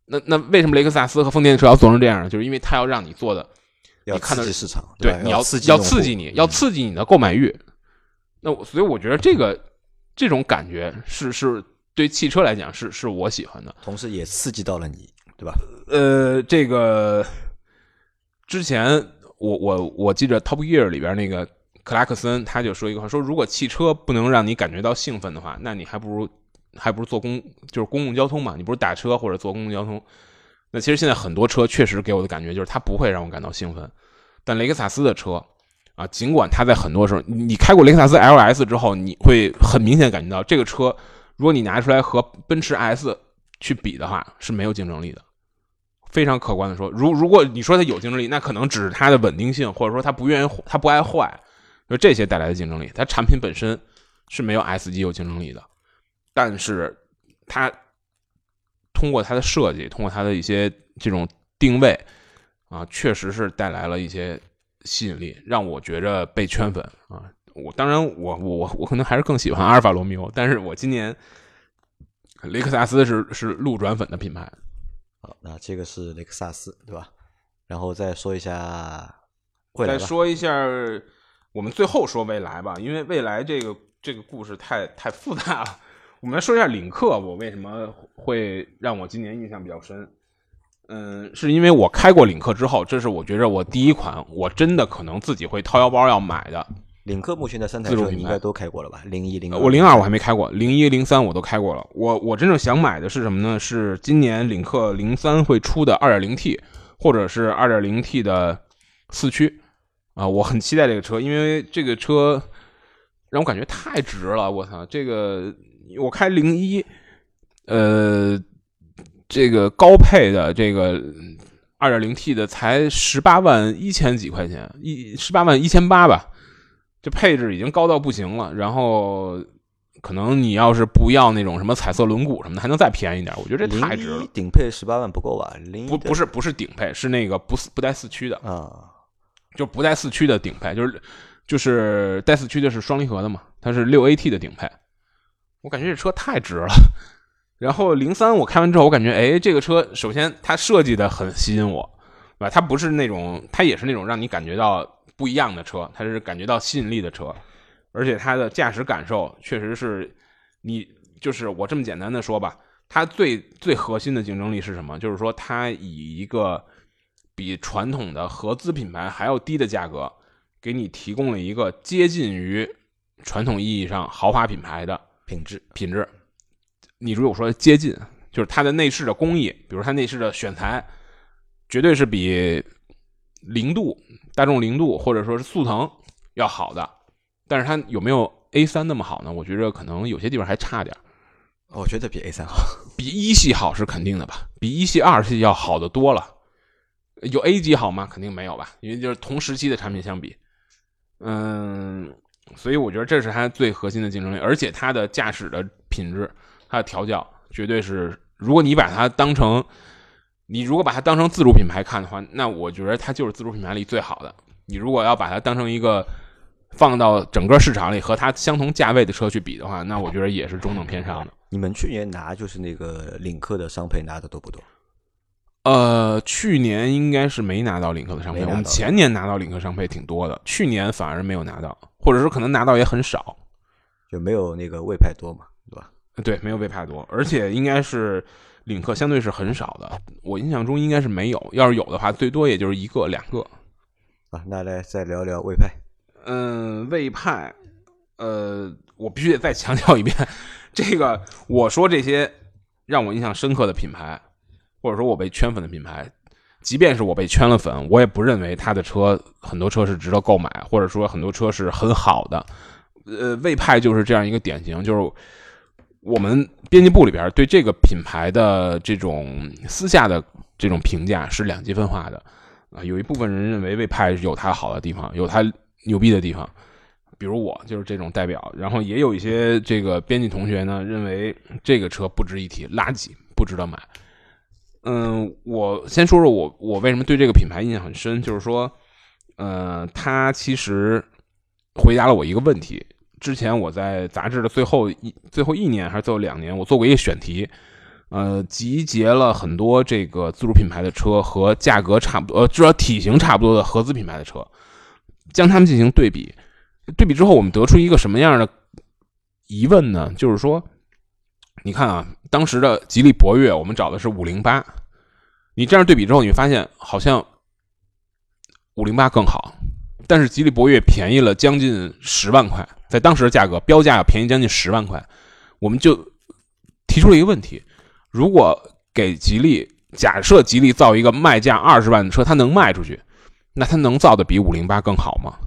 [SPEAKER 2] 那为什么雷克萨斯和丰田的车要做成这样呢？就是因为它要让你做的，
[SPEAKER 1] 要刺激市场，
[SPEAKER 2] 对，你要刺激你，要刺激你的购买欲。那所以我觉得这种感觉是对汽车来讲是我喜欢的，
[SPEAKER 1] 同时也刺激到了你，对吧？
[SPEAKER 2] 这个之前我记着 Top Gear 里边那个克拉克森他就说一个话，说如果汽车不能让你感觉到兴奋的话，那你还不如坐就是公共交通嘛，你不如打车或者坐公共交通。那其实现在很多车确实给我的感觉就是它不会让我感到兴奋，但雷克萨斯的车啊，尽管它在很多时候，你开过雷克萨斯 LS 之后，你会很明显感觉到这个车，如果你拿出来和奔驰 S 去比的话，是没有竞争力的。非常客观的说，如果你说它有竞争力，那可能只是它的稳定性，或者说它不爱坏，就这些带来的竞争力。它产品本身是没有 S 级有竞争力的，但是它通过它的设计，通过它的一些这种定位啊，确实是带来了一些吸引力，让我觉着被圈粉啊。当然我可能还是更喜欢阿尔法罗密欧，但是我今年雷克萨斯是路转粉的品牌。
[SPEAKER 1] 好，那这个是雷克萨斯，对吧？然后再说一下未来吧。
[SPEAKER 2] 再说一下，我们最后说未来吧，因为未来这个故事太复杂了。我们来说一下领克，我为什么会让我今年印象比较深？是因为我开过领克之后，这是我觉着我第一款我真的可能自己会掏腰包要买的。
[SPEAKER 1] 领克目前的3台车你应该都开过了吧？01、02，
[SPEAKER 2] 我02我还没开过，01、03我都开过了。我真正想买的是什么呢？是今年领克03会出的 2.0T 或者是 2.0T 的4驱啊，我很期待这个车，因为这个车让我感觉太值了。我操，这个我开01，这个高配的这个 2.0T 的才18万1000几块钱，18万1800吧。这配置已经高到不行了，然后可能你要是不要那种什么彩色轮毂什么的，还能再便宜点。我觉得这太值了。
[SPEAKER 1] 顶配18万不够吧？
[SPEAKER 2] 不是顶配，是那个不带4驱的
[SPEAKER 1] 啊，
[SPEAKER 2] 就不带4驱的顶配，就是带4驱的是双离合的嘛，它是6AT 的顶配。我感觉这车太值了。然后03我开完之后，我感觉这个车首先它设计的很吸引我，对吧？它不是那种，它也是那种让你感觉到不一样的车，它是感觉到吸引力的车，而且它的驾驶感受确实是就是我这么简单的说吧，它最核心的竞争力是什么？就是说它以一个比传统的合资品牌还要低的价格，给你提供了一个接近于传统意义上豪华品牌的品质。你如果说接近，就是它的内饰的工艺，比如它内饰的选材，绝对是比大众零度或者说是速腾要好的，但是它有没有 A3 那么好呢？我觉得可能有些地方还差点。
[SPEAKER 1] 我觉得比 A3 好，
[SPEAKER 2] 比一系好是肯定的吧，比一系2系要好得多了。有 A 级好吗？肯定没有吧，因为就是同时期的产品相比，所以我觉得这是它最核心的竞争力，而且它的驾驶的品质，它的调教绝对是，如果你把它当成自主品牌看的话，那我觉得它就是自主品牌里最好的。你如果要把它当成一个放到整个市场里和它相同价位的车去比的话，那我觉得也是中等偏上的。
[SPEAKER 1] 你们去年拿就是那个领克的商配拿的多不多？
[SPEAKER 2] 去年应该是没拿到领克的商配，我们前年拿到领克商配挺多的，去年反而没有拿到，或者说可能拿到也很少，
[SPEAKER 1] 就没有那个魏派多嘛，对吧？
[SPEAKER 2] 对，没有魏派多，而且应该是领克相对是很少的，我印象中应该是没有，要是有的话，最多也就是1个2个。
[SPEAKER 1] 啊，那来再聊聊魏派。
[SPEAKER 2] 魏派，我必须得再强调一遍，这个我说这些让我印象深刻的品牌，或者说我被圈粉的品牌，即便是我被圈了粉，我也不认为他的车很多车是值得购买，或者说很多车是很好的。魏派就是这样一个典型，就是我们编辑部里边对这个品牌的这种私下的这种评价是2极分化的啊，有一部分人认为魏派有它好的地方，有它牛逼的地方，比如我就是这种代表，然后也有一些这个编辑同学呢认为这个车不值一提，垃圾，不值得买。我先说说我为什么对这个品牌印象很深，就是说，它其实回答了我一个问题。之前我在杂志的最后一年还是最后2年，我做过一个选题， 集结了很多这个自主品牌的车和价格差不多，至少体型差不多的合资品牌的车，将它们进行对比。对比之后，我们得出一个什么样的疑问呢？就是说，你看啊，当时的吉利博越，我们找的是508，你这样对比之后，你会发现好像508更好，但是吉利博越便宜了将近10万块，在当时的价格标价便宜将近10万块，我们就提出了一个问题：如果给吉利，假设吉利造一个卖价20万的车，它能卖出去，那它能造的比508更好吗？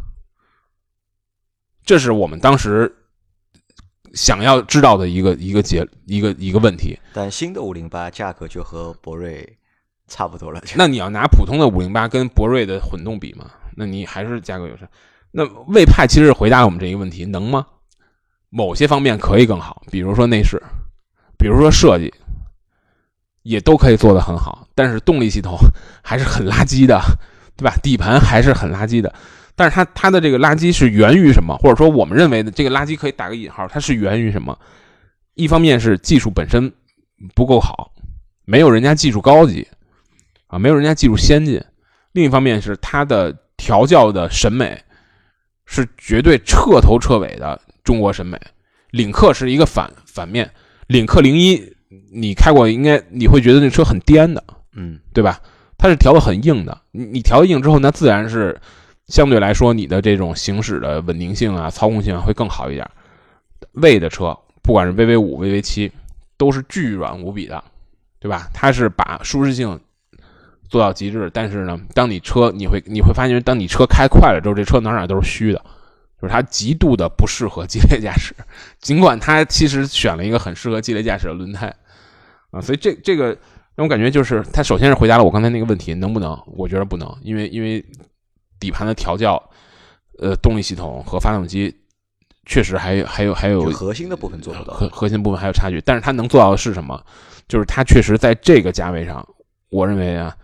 [SPEAKER 2] 这是我们当时想要知道的一个问题。
[SPEAKER 1] 但新的508价格就和博瑞差不多了。
[SPEAKER 2] 那你要拿普通的508跟博瑞的混动比嘛？那你还是价格有差。那魏派其实回答了我们这一个问题，能吗？某些方面可以更好，比如说内饰，比如说设计，也都可以做得很好，但是动力系统还是很垃圾的，对吧？底盘还是很垃圾的。但是它的这个垃圾是源于什么？或者说我们认为的这个垃圾可以打个引号，它是源于什么？一方面是技术本身不够好，没有人家技术高级啊，没有人家技术先进；另一方面是它的调教的审美是绝对彻头彻尾的中国审美。领克是一个反面，领克01你开过，应该你会觉得那车很颠的，对吧？它是调的很硬的，你调的硬之后，那自然是相对来说你的这种行驶的稳定性啊、操控性会更好一点。魏的车不管是 VV5、VV7 都是巨软无比的，对吧？它是把舒适性做到极致，但是呢，当你车你会发现，当你车开快了之后，这车哪都是虚的，就是它极度的不适合激烈驾驶。尽管它其实选了一个很适合激烈驾驶的轮胎啊，所以这个让我感觉就是它首先是回答了我刚才那个问题，能不能？我觉得不能，因为底盘的调教，动力系统和发动机确实还有
[SPEAKER 1] 核心的部分做不到，
[SPEAKER 2] 核心部分还有差距。但是它能做到的是什么？就是它确实在这个价位上，我认为啊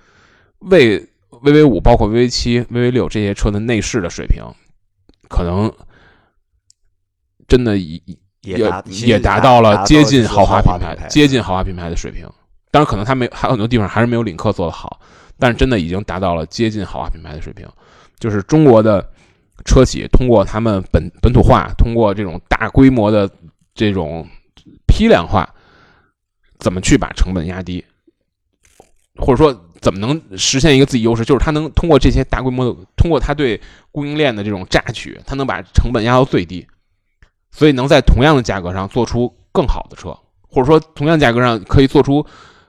[SPEAKER 2] ，VV5 包括 VV7、VV6 这些车的内饰的水平，可能真的也达到了接近豪华品牌的水平。当然，可能它还有很多地方还是没有领克做得好，但是真的已经达到了接近豪华品牌的水平。就是中国的车企通过他们本土化，通过这种大规模的这种批量化，怎么去把成本压低，或者说怎么能实现一个自己优势，就是他能通过这些大规模的，通过他对供应链的这种榨取，他能把成本压到最低，所以能在同样的价格上做出更好的车，或者说同样价格上可以做出，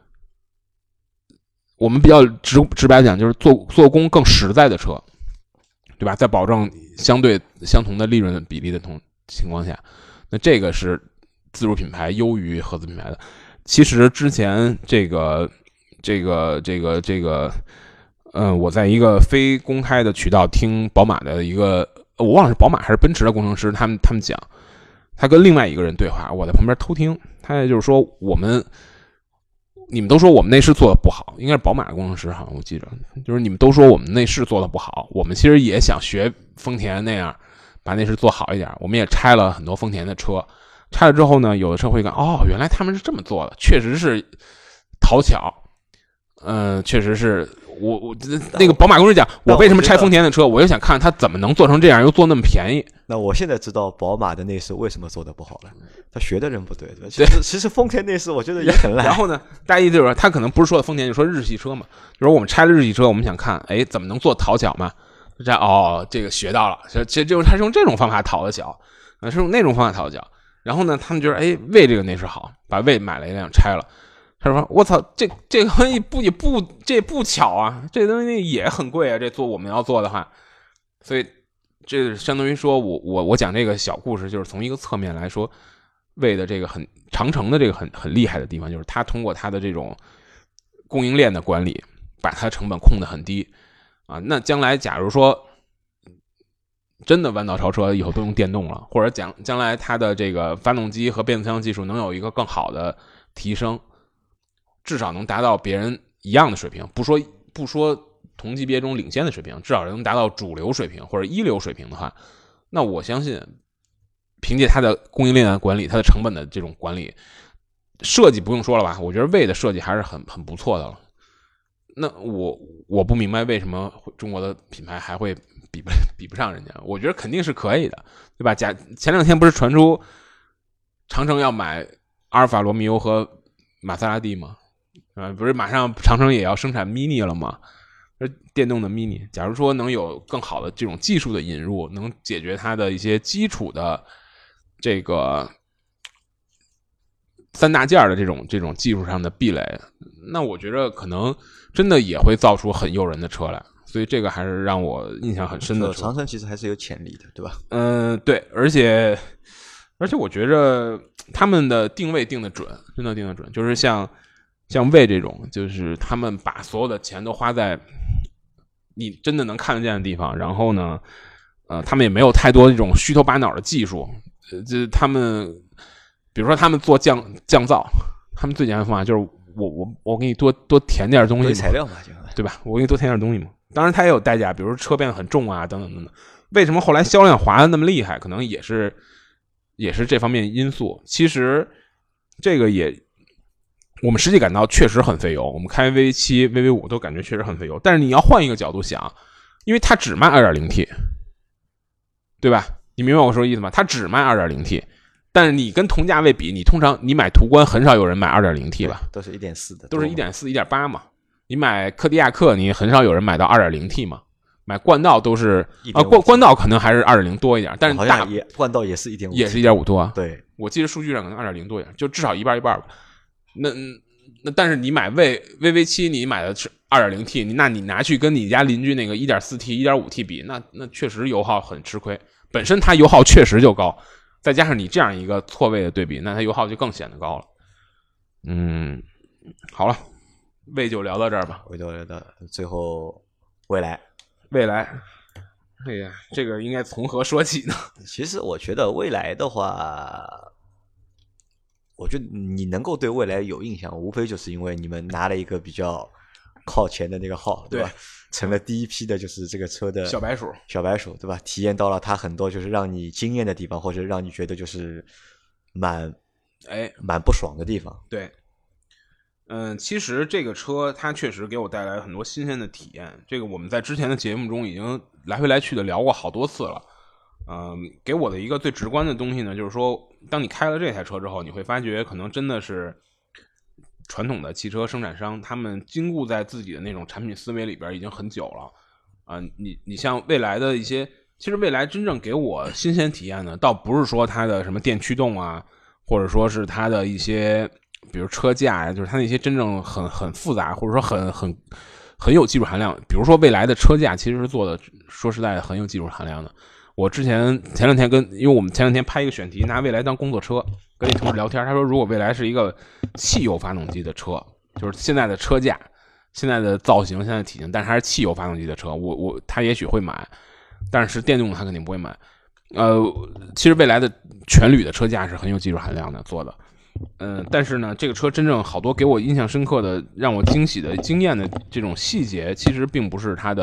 [SPEAKER 2] 我们比较直白讲，就是做工更实在的车，对吧？在保证相同的利润比例的情况下，那这个是自主品牌优于合资品牌的。其实之前我在一个非公开的渠道听宝马的一个，我忘了是宝马还是奔驰的工程师，他们讲，他跟另外一个人对话，我在旁边偷听，他也就是说你们都说我们内饰做的不好，应该是宝马的工程师，好像我记着，就是你们都说我们内饰做的不好，我们其实也想学丰田那样把内饰做好一点，我们也拆了很多丰田的车，拆了之后呢，有的车会看，原来他们是这么做的，确实是讨巧，确实是我那个宝马工程师讲，我为什么拆丰田的车，我就想看他怎么能做成这样，又做那么便宜。
[SPEAKER 1] 那我现在知道宝马的内饰为什么做的不好了，他学的人不对，对吧？其实丰田内饰我觉得也很烂。
[SPEAKER 2] 然后呢，大意就是说，他可能不是说丰田，就说日系车嘛，就是我们拆了日系车，我们想看，怎么能做讨巧嘛？这个学到了，就是他是用这种方法讨的巧，是用那种方法讨巧。然后呢，他们觉得魏这个内饰好，把魏买了一辆拆了。他说：“我操，这个东西这不巧啊，这东西也很贵啊，这做我们要做的话，所以这相当于说我讲这个小故事，就是从一个侧面来说，魏的这个长城的这个很厉害的地方，就是他通过他的这种供应链的管理，把它成本控得很低啊。那将来假如说真的弯道超车以后都用电动了，或者将来它的这个发动机和变速箱技术能有一个更好的提升。”至少能达到别人一样的水平，不说同级别中领先的水平，至少能达到主流水平或者一流水平的话，那我相信凭借它的供应链的管理，它的成本的这种管理， 设计不用说了吧，我觉得魏的设计还是很不错的了。那我不明白为什么中国的品牌还会比不上人家，我觉得肯定是可以的，对吧？前2天不是传出长城要买阿尔法罗密欧和玛莎拉蒂吗？不是马上长城也要生产 mini 了吗？电动的 mini， 假如说能有更好的这种技术的引入，能解决它的一些基础的这个3大件的这种技术上的壁垒，那我觉得可能真的也会造出很诱人的车来，所以这个还是让我印象很深的车。
[SPEAKER 1] 长城其实还是有潜力的，对吧？
[SPEAKER 2] 对，而且我觉着他们的定位定得准，真的定得准，就是像魏这种，就是他们把所有的钱都花在你真的能看得见的地方，然后呢，他们也没有太多这种虚头巴脑的技术，就是他们，比如说他们做降噪，他们最简单的方法就是我给你多填点东西嘛，
[SPEAKER 1] 材料嘛，
[SPEAKER 2] 对吧？我给你多填点东西嘛。当然它也有代价，比如说车变得很重啊，等等等等。为什么后来销量滑得那么厉害？可能也是这方面因素。其实这个我们实际感到确实很费油，我们开 VV7、VV5 都感觉确实很费油。但是你要换一个角度想，因为它只卖 2.0T， 对吧？你明白我说的意思吗？它只卖 2.0T， 但是你跟同价位比，通常你买途观很少有人买 2.0T 吧？
[SPEAKER 1] 都是 1.4 的，
[SPEAKER 2] 都是 1.4、1.8 嘛。你买柯迪亚克，你很少有人买到 2.0T 嘛。买冠道都是冠道可能还是 2.0 多一点，但是
[SPEAKER 1] 好像冠道也是 1.5，
[SPEAKER 2] 也是 1.5 多啊。
[SPEAKER 1] 对，
[SPEAKER 2] 我记得数据上可能 2.0 多一点，就至少一半吧。那但是你买VV7，你买的是 2.0T， 那你拿去跟你家邻居那个 1.4T、1.5T 比，那确实油耗很吃亏。本身它油耗确实就高，再加上你这样一个错位的对比，那它油耗就更显得高了。好了，魏就聊到这儿吧。
[SPEAKER 1] 魏就聊到最后，未来，
[SPEAKER 2] 哎呀，这个应该从何说起呢？
[SPEAKER 1] 其实我觉得未来的话，我觉得你能够对未来有印象，无非就是因为你们拿了一个比较靠前的那个号，对吧？成了第一批的就是这个车的
[SPEAKER 2] 小白鼠，
[SPEAKER 1] 对吧？体验到了它很多就是让你惊艳的地方，或者让你觉得就是蛮不爽的地方。
[SPEAKER 2] 对。其实这个车它确实给我带来很多新鲜的体验，这个我们在之前的节目中已经来回来去的聊过好多次了。给我的一个最直观的东西呢，就是说当你开了这台车之后，你会发觉可能真的是传统的汽车生产商他们禁锢在自己的那种产品思维里边已经很久了。你像未来的一些，其实未来真正给我新鲜体验呢，倒不是说它的什么电驱动啊，或者说是它的一些比如车架呀，就是它那些真正很复杂，或者说很有技术含量。比如说未来的车架其实是做的，说实在的很有技术含量的。我前两天因为我们前两天拍一个选题，拿未来当工作车，跟一同事聊天，他说如果未来是一个汽油发动机的车，就是现在的车架、现在的造型、现在的体型，但是还是汽油发动机的车，他也许会买，但是电动他肯定不会买。其实未来的全铝的车架是很有技术含量的做的。但是呢，这个车真正好多给我印象深刻的、让我惊喜的、惊艳的这种细节，其实并不是它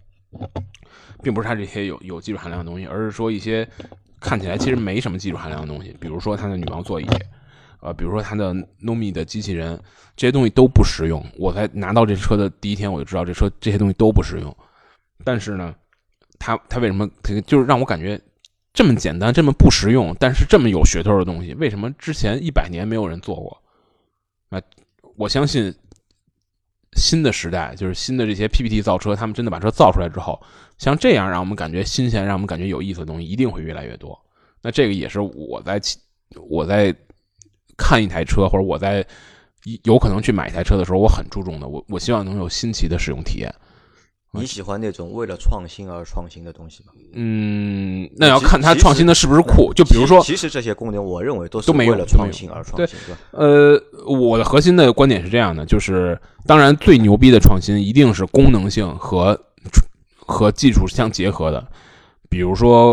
[SPEAKER 2] 这些有技术含量的东西，而是说一些看起来其实没什么技术含量的东西，比如说它的女王座椅，比如说它的 Nomi 的机器人，这些东西都不实用。我在拿到这车的第一天，我就知道这些东西都不实用。但是呢，它为什么就是让我感觉这么简单，这么不实用，但是这么有噱头的东西，为什么之前100年没有人做过？我相信新的时代，就是新的这些 PPT 造车，他们真的把车造出来之后，像这样让我们感觉新鲜，让我们感觉有意思的东西，一定会越来越多。那这个也是我在看一台车，或者我在有可能去买一台车的时候，我很注重的。我希望能有新奇的使用体验。
[SPEAKER 1] 你喜欢那种为了创新而创新的东西吗？
[SPEAKER 2] 那要看它创新的是不是酷。就比如说，
[SPEAKER 1] 其实这些功能，我认为都是为了创新而创新，对吧？
[SPEAKER 2] 我的核心的观点是这样的，就是当然最牛逼的创新一定是功能性和技术相结合的。比如说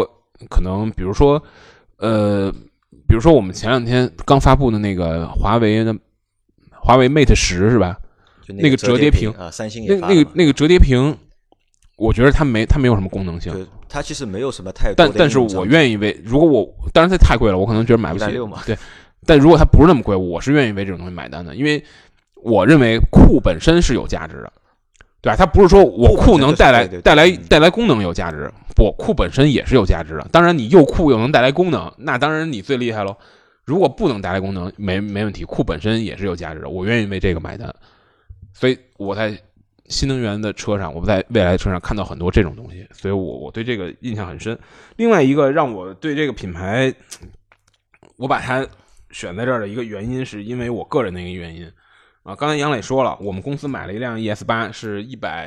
[SPEAKER 2] 我们前两天刚发布的那个华为 Mate 10是吧？
[SPEAKER 1] 那
[SPEAKER 2] 个折叠屏
[SPEAKER 1] 啊，三星也发
[SPEAKER 2] 那个折叠屏。我觉得它没有什么功能性，
[SPEAKER 1] 它其实没有什么太多的。
[SPEAKER 2] 但是我愿意如果当然它太贵了，我可能觉得买不起。
[SPEAKER 1] 160嘛，
[SPEAKER 2] 对， 但如果它不是那么贵，我是愿意为这种东西买单的，因为我认为酷本身是有价值的，对吧？它不是说我酷能带来功能有价值，不，酷本身也是有价值的。当然，你又酷又能带来功能，那当然你最厉害喽。如果不能带来功能，没问题，酷本身也是有价值的，我愿意为这个买单。所以我在新能源的车上，我在未来的车上看到很多这种东西，所以我对这个印象很深。另外一个让我对这个品牌，我把它选在这儿的一个原因，是因为我个人的一个原因啊。刚才杨磊说了，我们公司买了一辆 ES8，是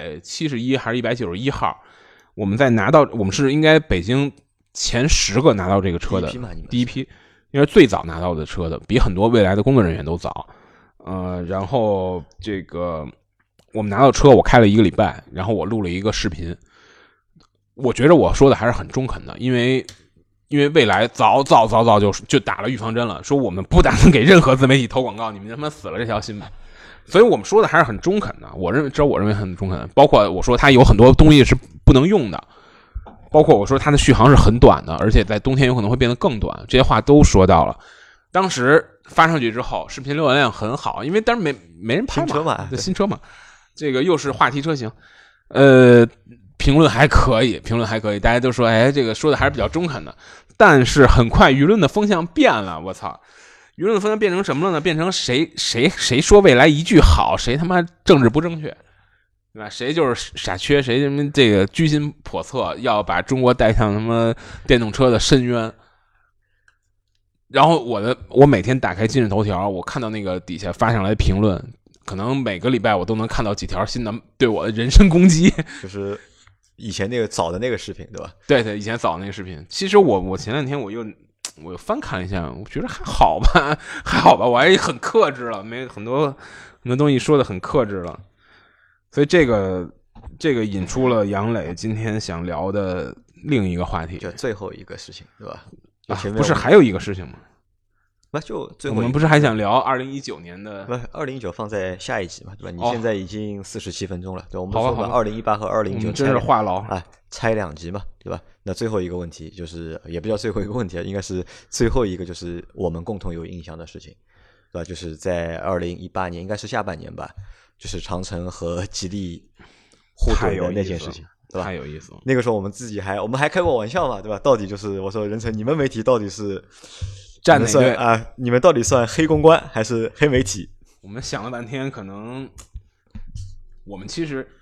[SPEAKER 2] 171还是191号？我们是应该北京前10个拿到这个车的第一批，因为最早拿到的车的，比很多未来的工作人员都早。然后这个我们拿到车，我开了1个礼拜，然后我录了一个视频。我觉得我说的还是很中肯的，因为未来早就打了预防针了，说我们不打算给任何自媒体投广告，你们他妈死了这条心吧。所以我们说的还是很中肯的，我认为很中肯的。包括我说它有很多东西是不能用的，包括我说它的续航是很短的，而且在冬天有可能会变得更短，这些话都说到了。当时发上去之后，视频浏览量很好，因为当时没人拍嘛，新车嘛，这个又是话题车型，评论还可以，大家都说，哎，这个说的还是比较中肯的。但是很快舆论的风向变了，我操！舆论的风向变成什么了呢？变成谁说未来一句好，谁他妈政治不正确，对吧？谁就是傻缺，谁这个居心叵测，要把中国带向他妈电动车的深渊。然后我每天打开今日头条，我看到那个底下发上来评论，可能每个礼拜我都能看到几条新的对我的人身攻击，
[SPEAKER 1] 就是以前那个早的那个视频，对吧？
[SPEAKER 2] 对，以前早的那个视频。其实我前两天我又翻看了一下，我觉得还好吧，我还很克制了，没很多东西说的很克制了。所以这个引出了杨磊今天想聊的另一个话题，
[SPEAKER 1] 就最后一个事情，对吧？
[SPEAKER 2] 不是还有一个事情吗？
[SPEAKER 1] 那就最后
[SPEAKER 2] 我们不是还想聊2019年的？
[SPEAKER 1] 不，2019放在下一集嘛，对吧？你现在已经47分钟了，对，我们说把2018和2019
[SPEAKER 2] 真是话痨
[SPEAKER 1] 啊，拆2集嘛，对吧？那最后一个问题就是，也不叫最后一个问题，应该是最后一个，就是我们共同有印象的事情，对吧？就是在2018年，应该是下半年吧，就是长城和吉利互怼的那件事情。对吧？
[SPEAKER 2] 太有意思了。
[SPEAKER 1] 那个时候我们还开过玩笑嘛，对吧？到底就是我说任成，你们媒体到底是
[SPEAKER 2] 站哪队
[SPEAKER 1] 啊？你们到底算黑公关还是黑媒体？
[SPEAKER 2] 我们想了半天，可能我们其实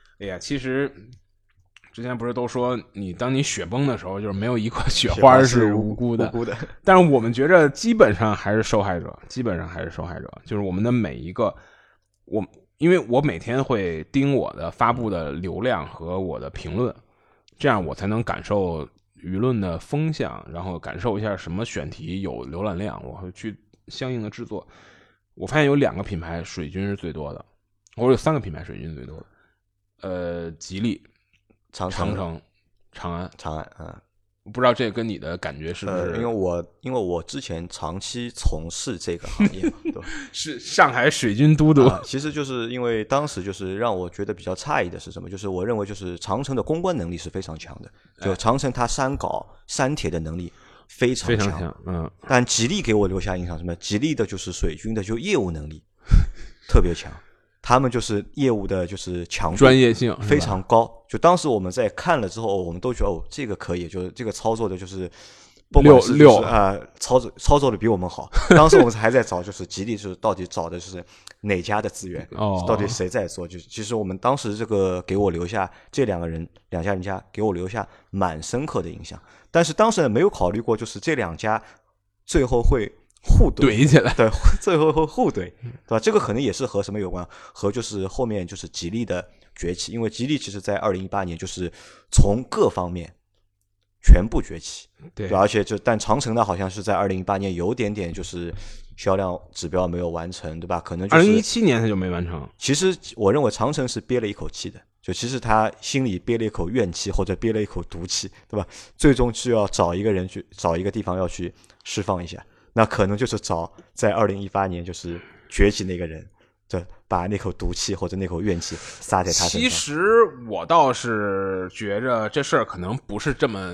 [SPEAKER 2] 之前不是都说当你雪崩的时候，就是没有一块雪花是无辜的。但是我们觉着基本上还是受害者，就是我们的每一个因为我每天会盯我的发布的流量和我的评论，这样我才能感受舆论的风向，然后感受一下什么选题有浏览量，我会去相应的制作。我发现有2个品牌水军是最多的，或者有3个品牌水军最多的，吉利、长城、长安，不知道这跟你的感觉是不是？
[SPEAKER 1] 因为我之前长期从事这个行业嘛，对吧？
[SPEAKER 2] 是上海水军都督。
[SPEAKER 1] 其实就是因为当时就是让我觉得比较诧异的是什么？就是我认为就是长城的公关能力是非常强的，就长城它删稿删帖的能力非常强，但吉利给我留下印象什么？吉利的就是水军的就业务能力特别强。他们就是业务的，就是强度
[SPEAKER 2] 专业性
[SPEAKER 1] 非常高。就当时我们在看了之后，我们都觉得这个可以，就是这个操作的，就是不管是操作的比我们好。当时我们还在找，就是吉利是到底找的就是哪家的资源，到底谁在做？就其实我们当时这个给我留下这两家人家给我留下蛮深刻的印象。但是当时没有考虑过，就是这2家最后会互
[SPEAKER 2] 怼起来，
[SPEAKER 1] 对，最后会互怼，对吧？这个可能也是和什么有关？和就是后面就是吉利的崛起，因为吉利其实在2018年就是从各方面全部崛起，
[SPEAKER 2] 对，
[SPEAKER 1] 而且但长城呢，好像是在2018年有点就是销量指标没有完成，对吧？可能就是
[SPEAKER 2] 2017年他就没完成。
[SPEAKER 1] 其实我认为长城是憋了一口气的，就其实他心里憋了一口怨气或者憋了一口毒气，对吧？最终需要找一个地方要去释放一下。那可能就是找在2018年就是崛起那个人，就把那口毒气或者那口怨气撒在他身上。
[SPEAKER 2] 其实我倒是觉着这事儿可能不是这么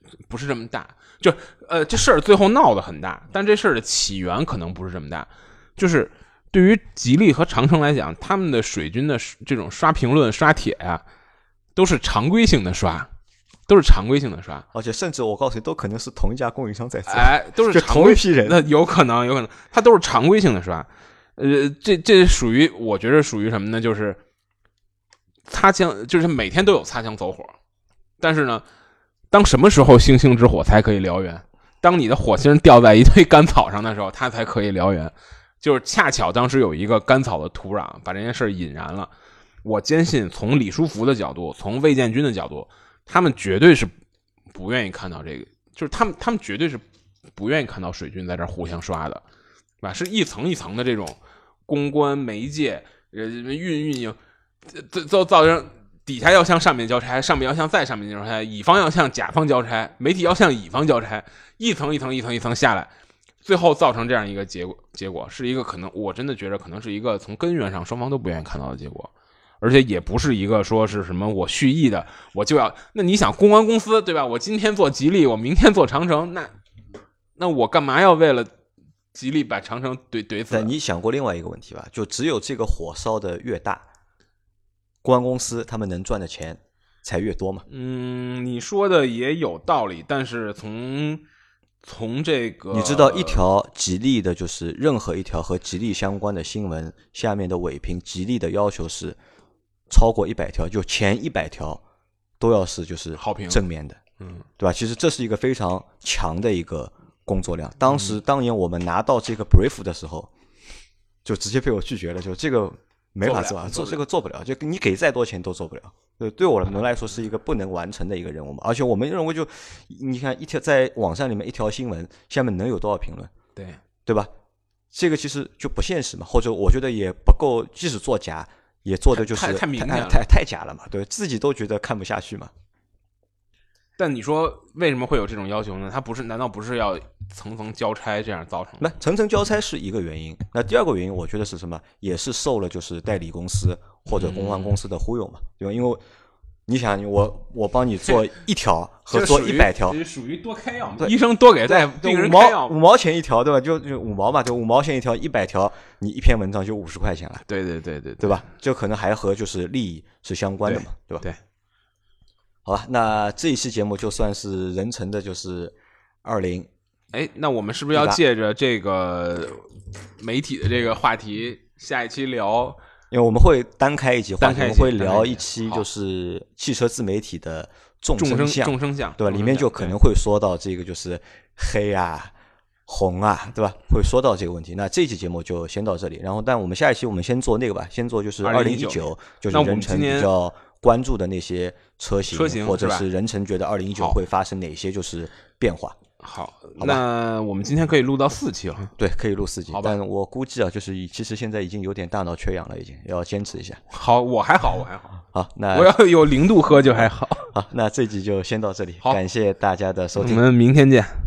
[SPEAKER 2] 不是这么大。就这事儿最后闹得很大，但这事儿的起源可能不是这么大。就是对于吉利和长城来讲，他们的水军的这种刷评论、刷帖呀，都是常规性的刷。而
[SPEAKER 1] 且甚至我告诉你，都可能是同一家供应商在做，
[SPEAKER 2] 都是
[SPEAKER 1] 同一批人。
[SPEAKER 2] 那有可能，他都是常规性的刷。这属于，我觉得属于什么呢？就是擦枪，就是每天都有擦枪走火。但是呢，当什么时候星星之火才可以燎原？当你的火星掉在一堆干草上的时候，它才可以燎原。就是恰巧当时有一个干草的土壤，把这件事引燃了。我坚信，从李书福的角度，从魏建军的角度。他们绝对是不愿意看到这个，就是他们绝对是不愿意看到水军在这互相刷的，是吧？是一层一层的这种公关媒介运营，造成底下要向上面交差，上面要向再上面交差，乙方要向甲方交差，媒体要向乙方交差，一层一层下来，最后造成这样一个结果是一个可能，我真的觉得可能是一个从根源上双方都不愿意看到的结果。而且也不是一个说是什么我蓄意的，我就要那你想公关公司对吧？我今天做吉利，我明天做长城，那我干嘛要为了吉利把长城怼死？
[SPEAKER 1] 你想过另外一个问题吧？就只有这个火烧的越大，公关公司他们能赚的钱才越多嘛？
[SPEAKER 2] 你说的也有道理，但是从这个
[SPEAKER 1] 你知道一条吉利的，就是任何一条和吉利相关的新闻下面的尾评，吉利的要求是。超过100条，就前100条都要是就是
[SPEAKER 2] 好评
[SPEAKER 1] 正面的，对吧？其实这是一个非常强的一个工作量。当年我们拿到这个 brief 的时候，就直接被我拒绝了，就这个没法做，这个做不了，就你给再多钱都做不了。对我们来说是一个不能完成的一个任务嘛。而且我们认为就你看在网站里面一条新闻下面能有多少评论，对吧？这个其实就不现实嘛，或者我觉得也不够，即使作假。也做的就是太假了嘛，对自己都觉得看不下去嘛。
[SPEAKER 2] 但你说为什么会有这种要求呢？它难道不是要层层交差这样造成的？
[SPEAKER 1] 那层层交差是一个原因，那第二个原因我觉得是什么？也是受了就是代理公司或者公关公司的忽悠嘛，对吧？因为你想我帮你做1条和做100条，
[SPEAKER 2] 属于多开药嘛？医生多给病人开药
[SPEAKER 1] ，5毛钱1条，对吧？就5毛嘛，就5毛钱1条，100条，你一篇文章就50块钱了。对吧？这可能还和就是利益是相关的嘛，对吧？
[SPEAKER 2] 对。
[SPEAKER 1] 好吧，那这一期节目就算是人成的就是20。
[SPEAKER 2] 那我们是不是要借着这个媒体的这个话题，下一期聊？
[SPEAKER 1] 因为我们会单开一集话题，我们会聊一期就是汽车自媒体的众生相，对吧？里面就可能会说到这个就是黑啊、红啊，对吧？会说到这个问题。那这期节目就先到这里，然后但我们下一期我们先做那个吧，先做就是2019，就是人成比较关注的那些车型或者是人成觉得2019会发生哪些就是变化。
[SPEAKER 2] 好，那我们今天可以录到4期了。
[SPEAKER 1] 对，可以录4集，但我估计就是其实现在已经有点大脑缺氧了，已经要坚持一下。
[SPEAKER 2] 好，我还好。
[SPEAKER 1] 好，那
[SPEAKER 2] 我要有0度喝就还好。
[SPEAKER 1] 好，那这集就先到这里，感谢大家的收听，
[SPEAKER 2] 我们明天见。